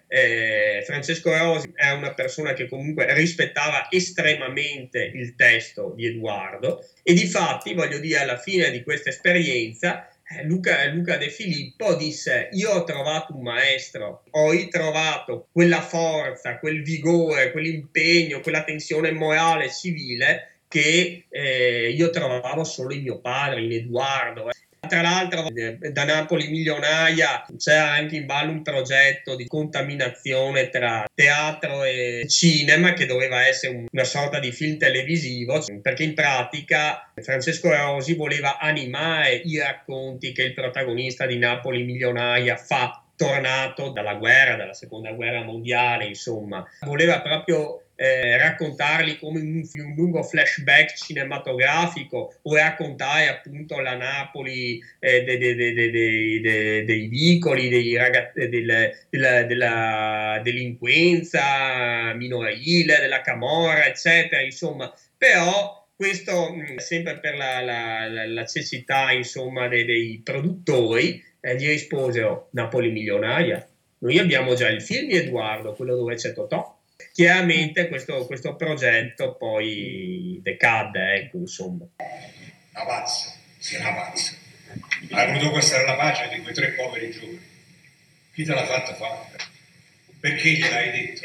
Eh, Francesco Rosi è una persona che comunque rispettava estremamente il testo di Edoardo, e difatti, voglio dire, alla fine di questa esperienza eh, Luca, Luca De Filippo disse: io ho trovato un maestro, ho ritrovato quella forza, quel vigore, quell'impegno, quella tensione morale e civile che eh, io trovavo solo in mio padre, in Edoardo. Tra l'altro da Napoli milionaria c'era anche in ballo un progetto di contaminazione tra teatro e cinema che doveva essere una sorta di film televisivo, perché in pratica Francesco Rosi voleva animare i racconti che il protagonista di Napoli milionaria fa tornato dalla guerra, dalla seconda guerra mondiale, insomma. Voleva proprio Eh, raccontarli come un, un lungo flashback cinematografico, o raccontare appunto la Napoli eh, de, de, de, de, de, de, dei vicoli, dei ragazzi, del, della, della delinquenza minorile, della camorra, eccetera, insomma. Però questo mh, sempre per la, la, la, la cecità, insomma, dei, dei produttori, eh, gli risposero: Napoli milionaria? Noi abbiamo già il film di Edoardo, quello dove c'è Totò. Chiaramente questo, questo progetto poi decadde, ecco, insomma.
Una pazza, sì, una pazza. Hai voluto costare la pace di quei tre poveri giovani. Chi te l'ha fatta fare? Perché gliel'hai detto?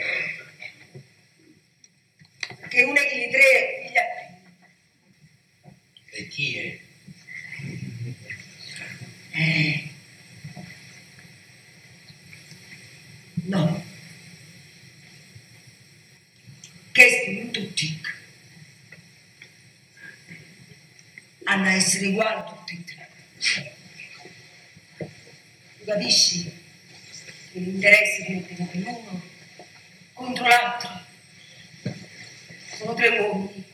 Che una delle tre è figlia.
E chi è?
Eh. No. Che tutti hanno a essere uguali tutti e tre. Tu capisci che l'interesse che prima per uno contro l'altro sono tre uomini.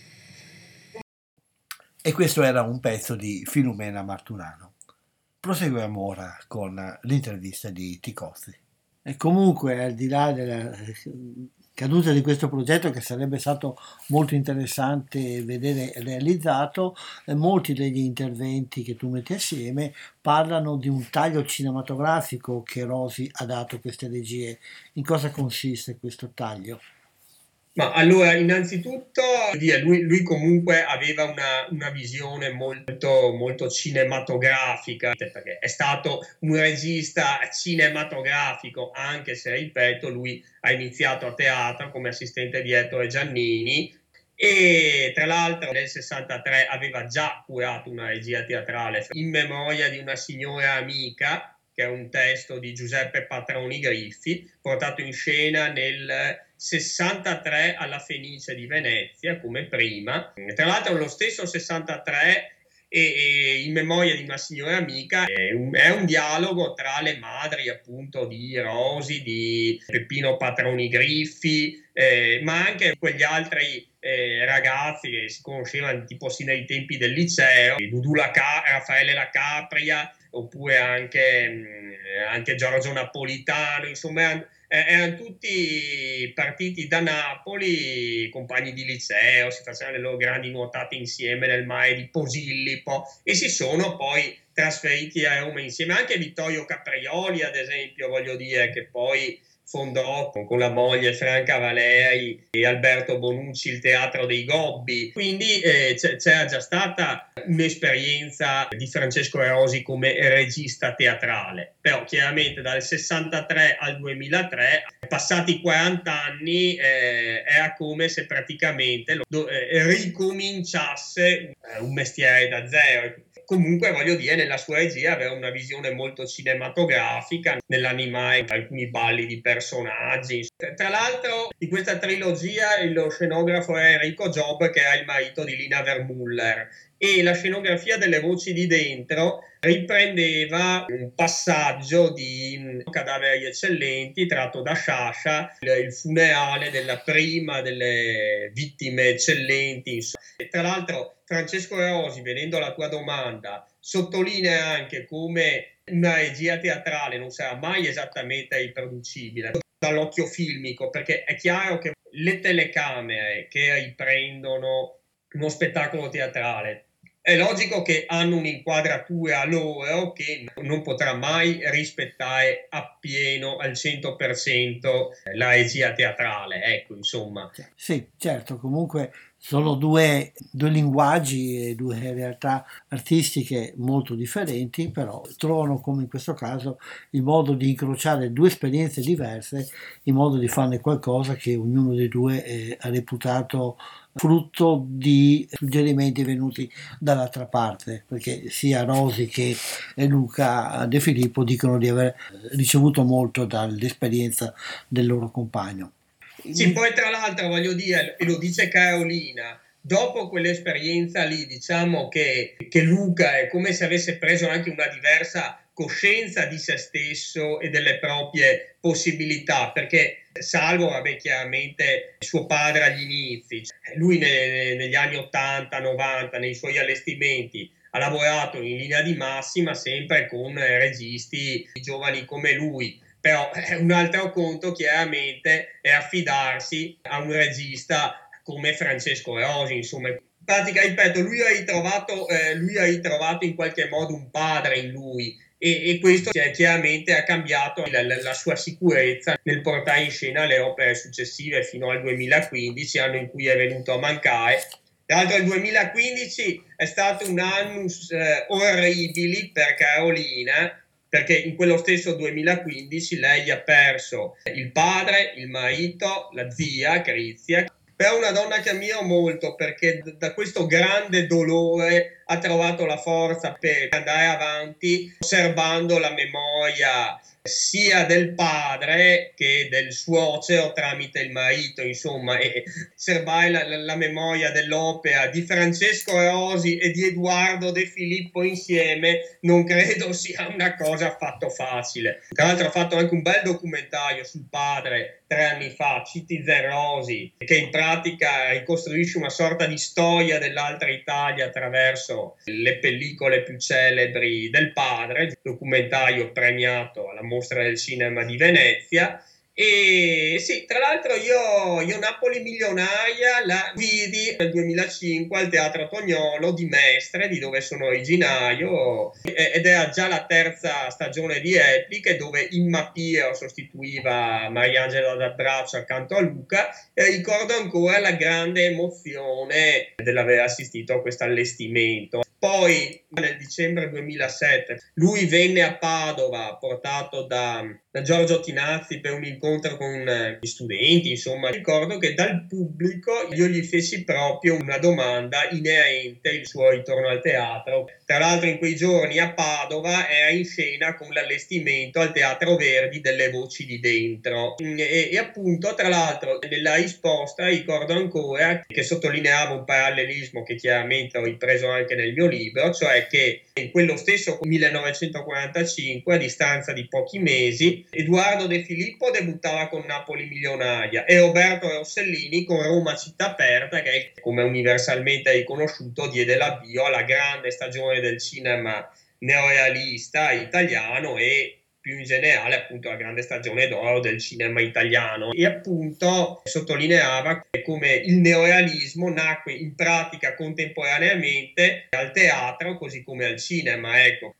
E questo era un pezzo di Filumena Marturano. Proseguiamo ora con l'intervista di Ticozzi. E comunque, al di là della caduta di questo progetto, che sarebbe stato molto interessante vedere realizzato, eh, molti degli interventi che tu metti assieme parlano di un taglio cinematografico che Rosi ha dato a queste regie. In cosa consiste questo taglio?
Ma allora, innanzitutto, lui, lui comunque aveva una, una visione molto, molto cinematografica, perché è stato un regista cinematografico, anche se, ripeto, lui ha iniziato a teatro come assistente di Ettore Giannini, e tra l'altro nel sessantatré aveva già curato una regia teatrale, In memoria di una signora amica, che è un testo di Giuseppe Patroni Griffi, portato in scena nel sessantatré alla Fenice di Venezia, come prima. Tra l'altro lo stesso sessantatré e, e In memoria di una signora amica è un, è un dialogo tra le madri appunto di Rosi, di Peppino Patroni Griffi, eh, ma anche quegli altri eh, ragazzi che si conoscevano tipo sì nei tempi del liceo, Dudu La Ca- Raffaele La Capria, oppure anche, anche Giorgio Napolitano, insomma eh, erano tutti partiti da Napoli, compagni di liceo, si facevano le loro grandi nuotate insieme nel mare di Posillipo e si sono poi trasferiti a Roma insieme. Anche Vittorio Caprioli, ad esempio, voglio dire, che poi fondò con, con la moglie Franca Valeri e Alberto Bonucci il Teatro dei Gobbi. Quindi eh, c- c'era già stata un'esperienza di Francesco Erosi come regista teatrale. Però chiaramente dal sessantatré al duemilatré, passati quaranta anni, eh, era come se praticamente lo, eh, ricominciasse un mestiere da zero. Comunque, voglio dire, nella sua regia aveva una visione molto cinematografica nell'animare alcuni balli di personaggi. Tra l'altro, di questa trilogia lo scenografo era Enrico Job, che era il marito di Lina Vermuller, e la scenografia delle voci di dentro riprendeva un passaggio di Cadaveri eccellenti tratto da Sciascia, il funerale della prima delle vittime eccellenti. E tra l'altro Francesco Erosi, venendo alla tua domanda, sottolinea anche come una regia teatrale non sarà mai esattamente riproducibile dall'occhio filmico, perché è chiaro che le telecamere che riprendono uno spettacolo teatrale è logico che hanno un'inquadratura loro che non potrà mai rispettare appieno al cento per cento la regia teatrale, ecco, insomma.
Sì, certo, comunque sono due, due linguaggi e due realtà artistiche molto differenti, però trovano, come in questo caso, il modo di incrociare due esperienze diverse in modo di farne qualcosa che ognuno dei due eh, ha reputato frutto di suggerimenti venuti dall'altra parte, perché sia Rosi che Luca De Filippo dicono di aver ricevuto molto dall'esperienza del loro compagno.
Sì, poi tra l'altro voglio dire, e lo dice Carolina, dopo quell'esperienza lì, diciamo che, che Luca è come se avesse preso anche una diversa coscienza di se stesso e delle proprie possibilità, perché salvo, vabbè, chiaramente suo padre agli inizi, lui ne, negli anni ottanta novanta, nei suoi allestimenti, ha lavorato in linea di massima sempre con registi giovani come lui. Però eh, un altro conto chiaramente è affidarsi a un regista come Francesco Erosi, insomma. In pratica, ripeto, lui ha ritrovato, eh, lui ha ritrovato in qualche modo un padre in lui e, e questo chiaramente ha cambiato la, la, la sua sicurezza nel portare in scena le opere successive fino al duemilaquindici, anno in cui è venuto a mancare. Tra l'altro il duemilaquindici è stato un annus eh, orribile per Carolina, perché in quello stesso duemilaquindici lei ha perso il padre, il marito, la zia Crizia, però una donna che ammiro molto perché da questo grande dolore ha trovato la forza per andare avanti osservando la memoria sia del padre che del suocero tramite il marito, insomma, e osservare la, la, la memoria dell'opera di Francesco Erosi e di Edoardo De Filippo insieme non credo sia una cosa affatto facile. Tra l'altro ha fatto anche un bel documentario sul padre tre anni fa, Citizen Rosi, che in pratica ricostruisce una sorta di storia dell'altra Italia attraverso le pellicole più celebri del padre, documentario premiato alla Mostra del Cinema di Venezia. E sì, tra l'altro io, io Napoli milionaria la vidi nel duemilacinque al Teatro Tognolo di Mestre, di dove sono originario, ed era già la terza stagione di Repliche, dove Imma Piero sostituiva Mariangela D'Abbraccio accanto a Luca, e ricordo ancora la grande emozione dell'aver assistito a questo allestimento. Poi nel dicembre duemilasette lui venne a Padova portato da, da Giorgio Tinazzi per un incontro con gli studenti, insomma. Ricordo che dal pubblico io gli feci proprio una domanda inerente al suo ritorno al teatro. Tra l'altro in quei giorni a Padova era in scena con l'allestimento al Teatro Verdi delle Voci di Dentro e, e appunto tra l'altro nella risposta ricordo ancora che sottolineava un parallelismo che chiaramente ho ripreso anche nel mio libro, cioè che in quello stesso millenovecentoquarantacinque, a distanza di pochi mesi, Edoardo De Filippo debuttava con Napoli milionaria e Roberto Rossellini con Roma città aperta, che come universalmente riconosciuto diede l'avvio alla grande stagione del cinema neorealista italiano e più in generale appunto la grande stagione d'oro del cinema italiano, e appunto sottolineava come il neorealismo nacque in pratica contemporaneamente al teatro così come al cinema, ecco.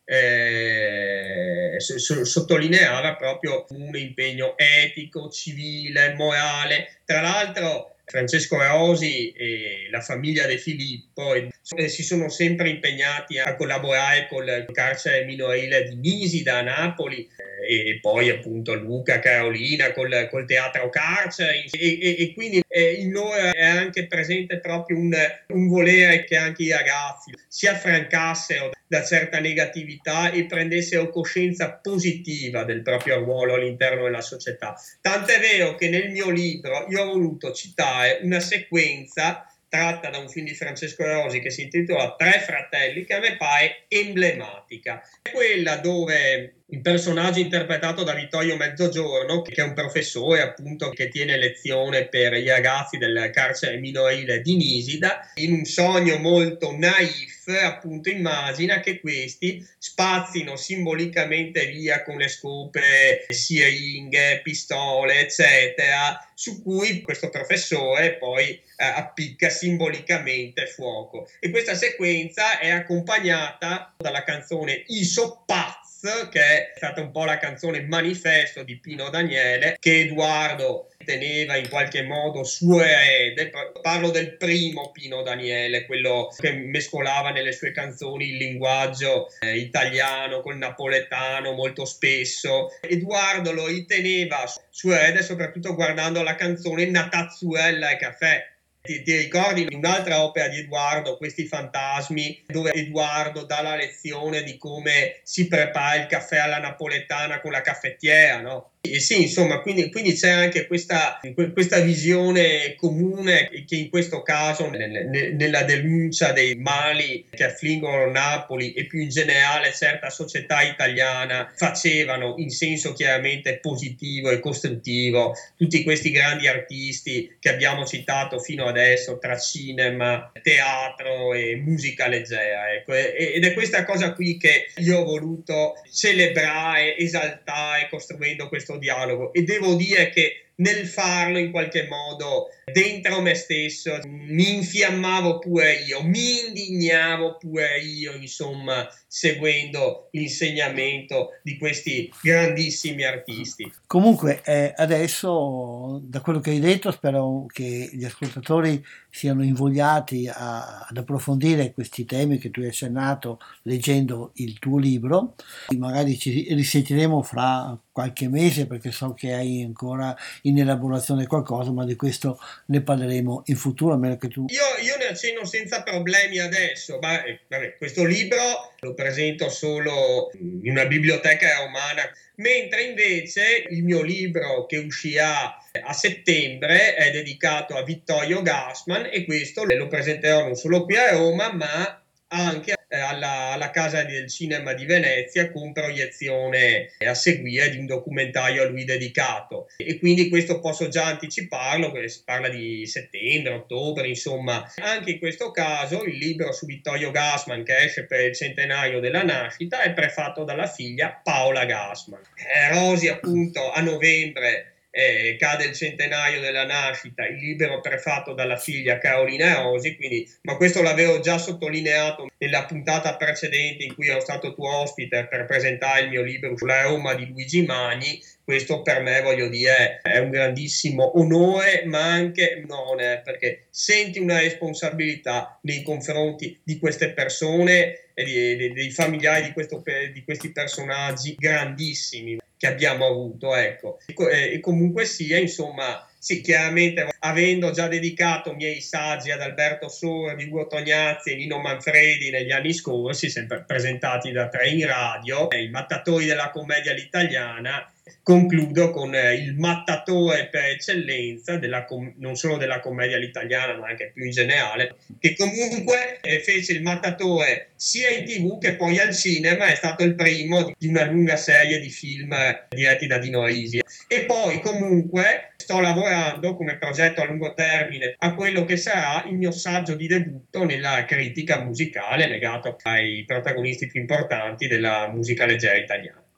Eh, so, sottolineava proprio un impegno etico, civile, morale. Tra l'altro Francesco Rosi e la famiglia De Filippo eh, si sono sempre impegnati a collaborare col carcere minorile di Nisida a Napoli, eh, e poi appunto Luca, Carolina col, col teatro carcere, e, e, e quindi eh, in loro è anche presente proprio un, un volere che anche i ragazzi si affrancassero da certa negatività e prendessero coscienza positiva del proprio ruolo all'interno della società. Tant'è vero che nel mio libro io ho voluto citare una sequenza tratta da un film di Francesco Rosi che si intitola Tre fratelli, che a me pare emblematica. È quella dove il personaggio interpretato da Vittorio Mezzogiorno, che è un professore appunto che tiene lezione per i ragazzi del carcere minorile di Nisida, in un sogno molto naif appunto immagina che questi spazzino simbolicamente via con le scope siringhe, pistole eccetera, su cui questo professore poi eh, appicca simbolicamente fuoco, e questa sequenza è accompagnata dalla canzone I Soppazzi, che è stata un po' la canzone manifesto di Pino Daniele, che Edoardo teneva in qualche modo suo erede. Parlo del primo Pino Daniele, quello che mescolava nelle sue canzoni il linguaggio eh, italiano col napoletano molto spesso. Edoardo lo riteneva suo erede soprattutto guardando la canzone Natazzuella e caffè. Ti, ti ricordi in un'altra opera di Edoardo, Questi fantasmi, dove Edoardo dà la lezione di come si prepara il caffè alla napoletana con la caffettiera, no? E sì, insomma, quindi, quindi c'è anche questa, questa visione comune che in questo caso nel, nella denuncia dei mali che affliggono Napoli e più in generale certa società italiana facevano in senso chiaramente positivo e costruttivo tutti questi grandi artisti che abbiamo citato fino adesso tra cinema, teatro e musica leggera, ecco. Ed è questa cosa qui che io ho voluto celebrare, esaltare costruendo questo dialogo, e devo dire che nel farlo in qualche modo dentro me stesso mi infiammavo pure io, mi indignavo pure io, insomma, seguendo l'insegnamento di questi grandissimi artisti.
Comunque eh, adesso, da quello che hai detto, spero che gli ascoltatori siano invogliati a, ad approfondire questi temi che tu hai accennato leggendo il tuo libro. Magari ci risentiremo fra qualche mese, perché so che hai ancora in elaborazione qualcosa, ma di questo ne parleremo in futuro, a meno che tu...
Io, io ne accenno senza problemi adesso, ma eh, vabbè, questo libro lo presento solo in una biblioteca romana, mentre invece il mio libro che uscirà a settembre è dedicato a Vittorio Gassman, e questo lo presenterò non solo qui a Roma, ma anche alla, alla Casa del Cinema di Venezia, con proiezione a seguire di un documentario a lui dedicato, e quindi questo posso già anticiparlo, si parla di settembre, ottobre, insomma. Anche in questo caso il libro su Vittorio Gassman, che esce per il centenario della nascita, è prefatto dalla figlia Paola Gassman. Eh, Rosi appunto a novembre Eh, cade il centenario della nascita, il libro prefatto dalla figlia Carolina Rosi, quindi, ma questo l'avevo già sottolineato nella puntata precedente in cui ero stato tuo ospite per presentare il mio libro sulla Roma di Luigi Magni. Questo per me, voglio dire, è un grandissimo onore, ma anche un onere, perché senti una responsabilità nei confronti di queste persone e di, di, dei familiari di, questo, di questi personaggi grandissimi che abbiamo avuto, ecco. E, e comunque sia, insomma, sì, chiaramente avendo già dedicato miei saggi ad Alberto Sordi, Ugo Tognazzi e Nino Manfredi negli anni scorsi, sempre presentati da tre in radio, i mattatori della commedia all'italiana, concludo con eh, il mattatore per eccellenza della com- non solo della commedia all'italiana, ma anche più in generale, che comunque eh, fece il mattatore sia in tv che poi al cinema, è stato il primo di una lunga serie di film eh, diretti da Dino Risi. E poi comunque sto lavorando come progetto a lungo termine a quello che sarà il mio saggio di debutto nella critica musicale legato ai protagonisti più importanti della musica leggera italiana.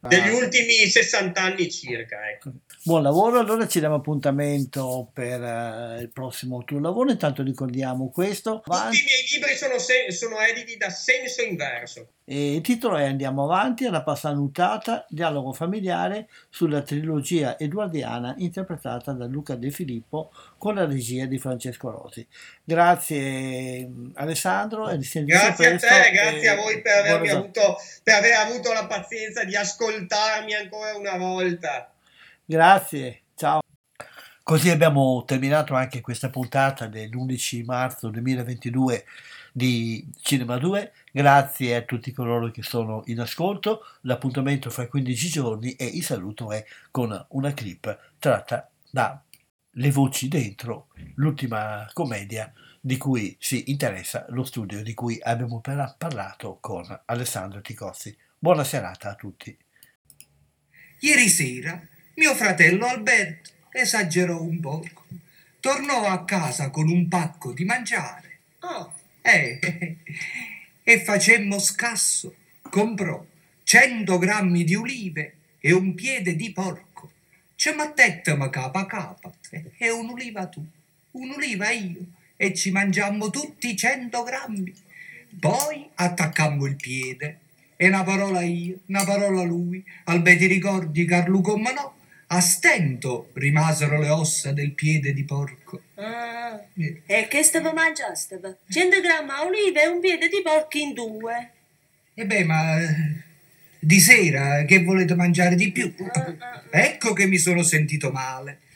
degli ultimi sessanta anni circa, ecco.
Buon lavoro, allora ci diamo appuntamento per uh, il prossimo tuo lavoro. Intanto ricordiamo questo.
Tutti i miei libri sono, se- sono editi da Senso Inverso.
E il titolo è Andiamo avanti, alla passanutata, dialogo familiare sulla trilogia edoardiana interpretata da Luca De Filippo con la regia di Francesco Rosi. Grazie Alessandro e
grazie a te, grazie a voi per avermi
buona...
avuto, per aver avuto la pazienza di ascoltarmi ancora una volta.
Grazie, ciao. Così abbiamo terminato anche questa puntata dell'undici marzo duemilaventidue di Cinema due. Grazie a tutti coloro che sono in ascolto. L'appuntamento fra quindici giorni e il saluto è con una clip tratta da Le voci dentro, l'ultima commedia di cui si interessa lo studio di cui abbiamo appena parlato con Alessandro Ticozzi. Buona serata a tutti.
Ieri sera mio fratello Alberto esagerò un poco. Tornò a casa con un pacco di mangiare.
Oh.
Eh, e facemmo scasso. Comprò cento grammi di ulive e un piede di porco. Ci mettettem capa a capa e un'uliva tu, un'uliva io e ci mangiammo tutti i cento grammi. Poi attaccammo il piede e una parola io, una parola lui. Albe ti ricordi Carlo come no? A stento rimasero le ossa del piede di porco.
Ah, eh. E che stava mangiando? cento grammi di olive e un piede di porco in due.
E beh, ma di sera che volete mangiare di più?
Ah, ah, ah.
Ecco che mi sono sentito male.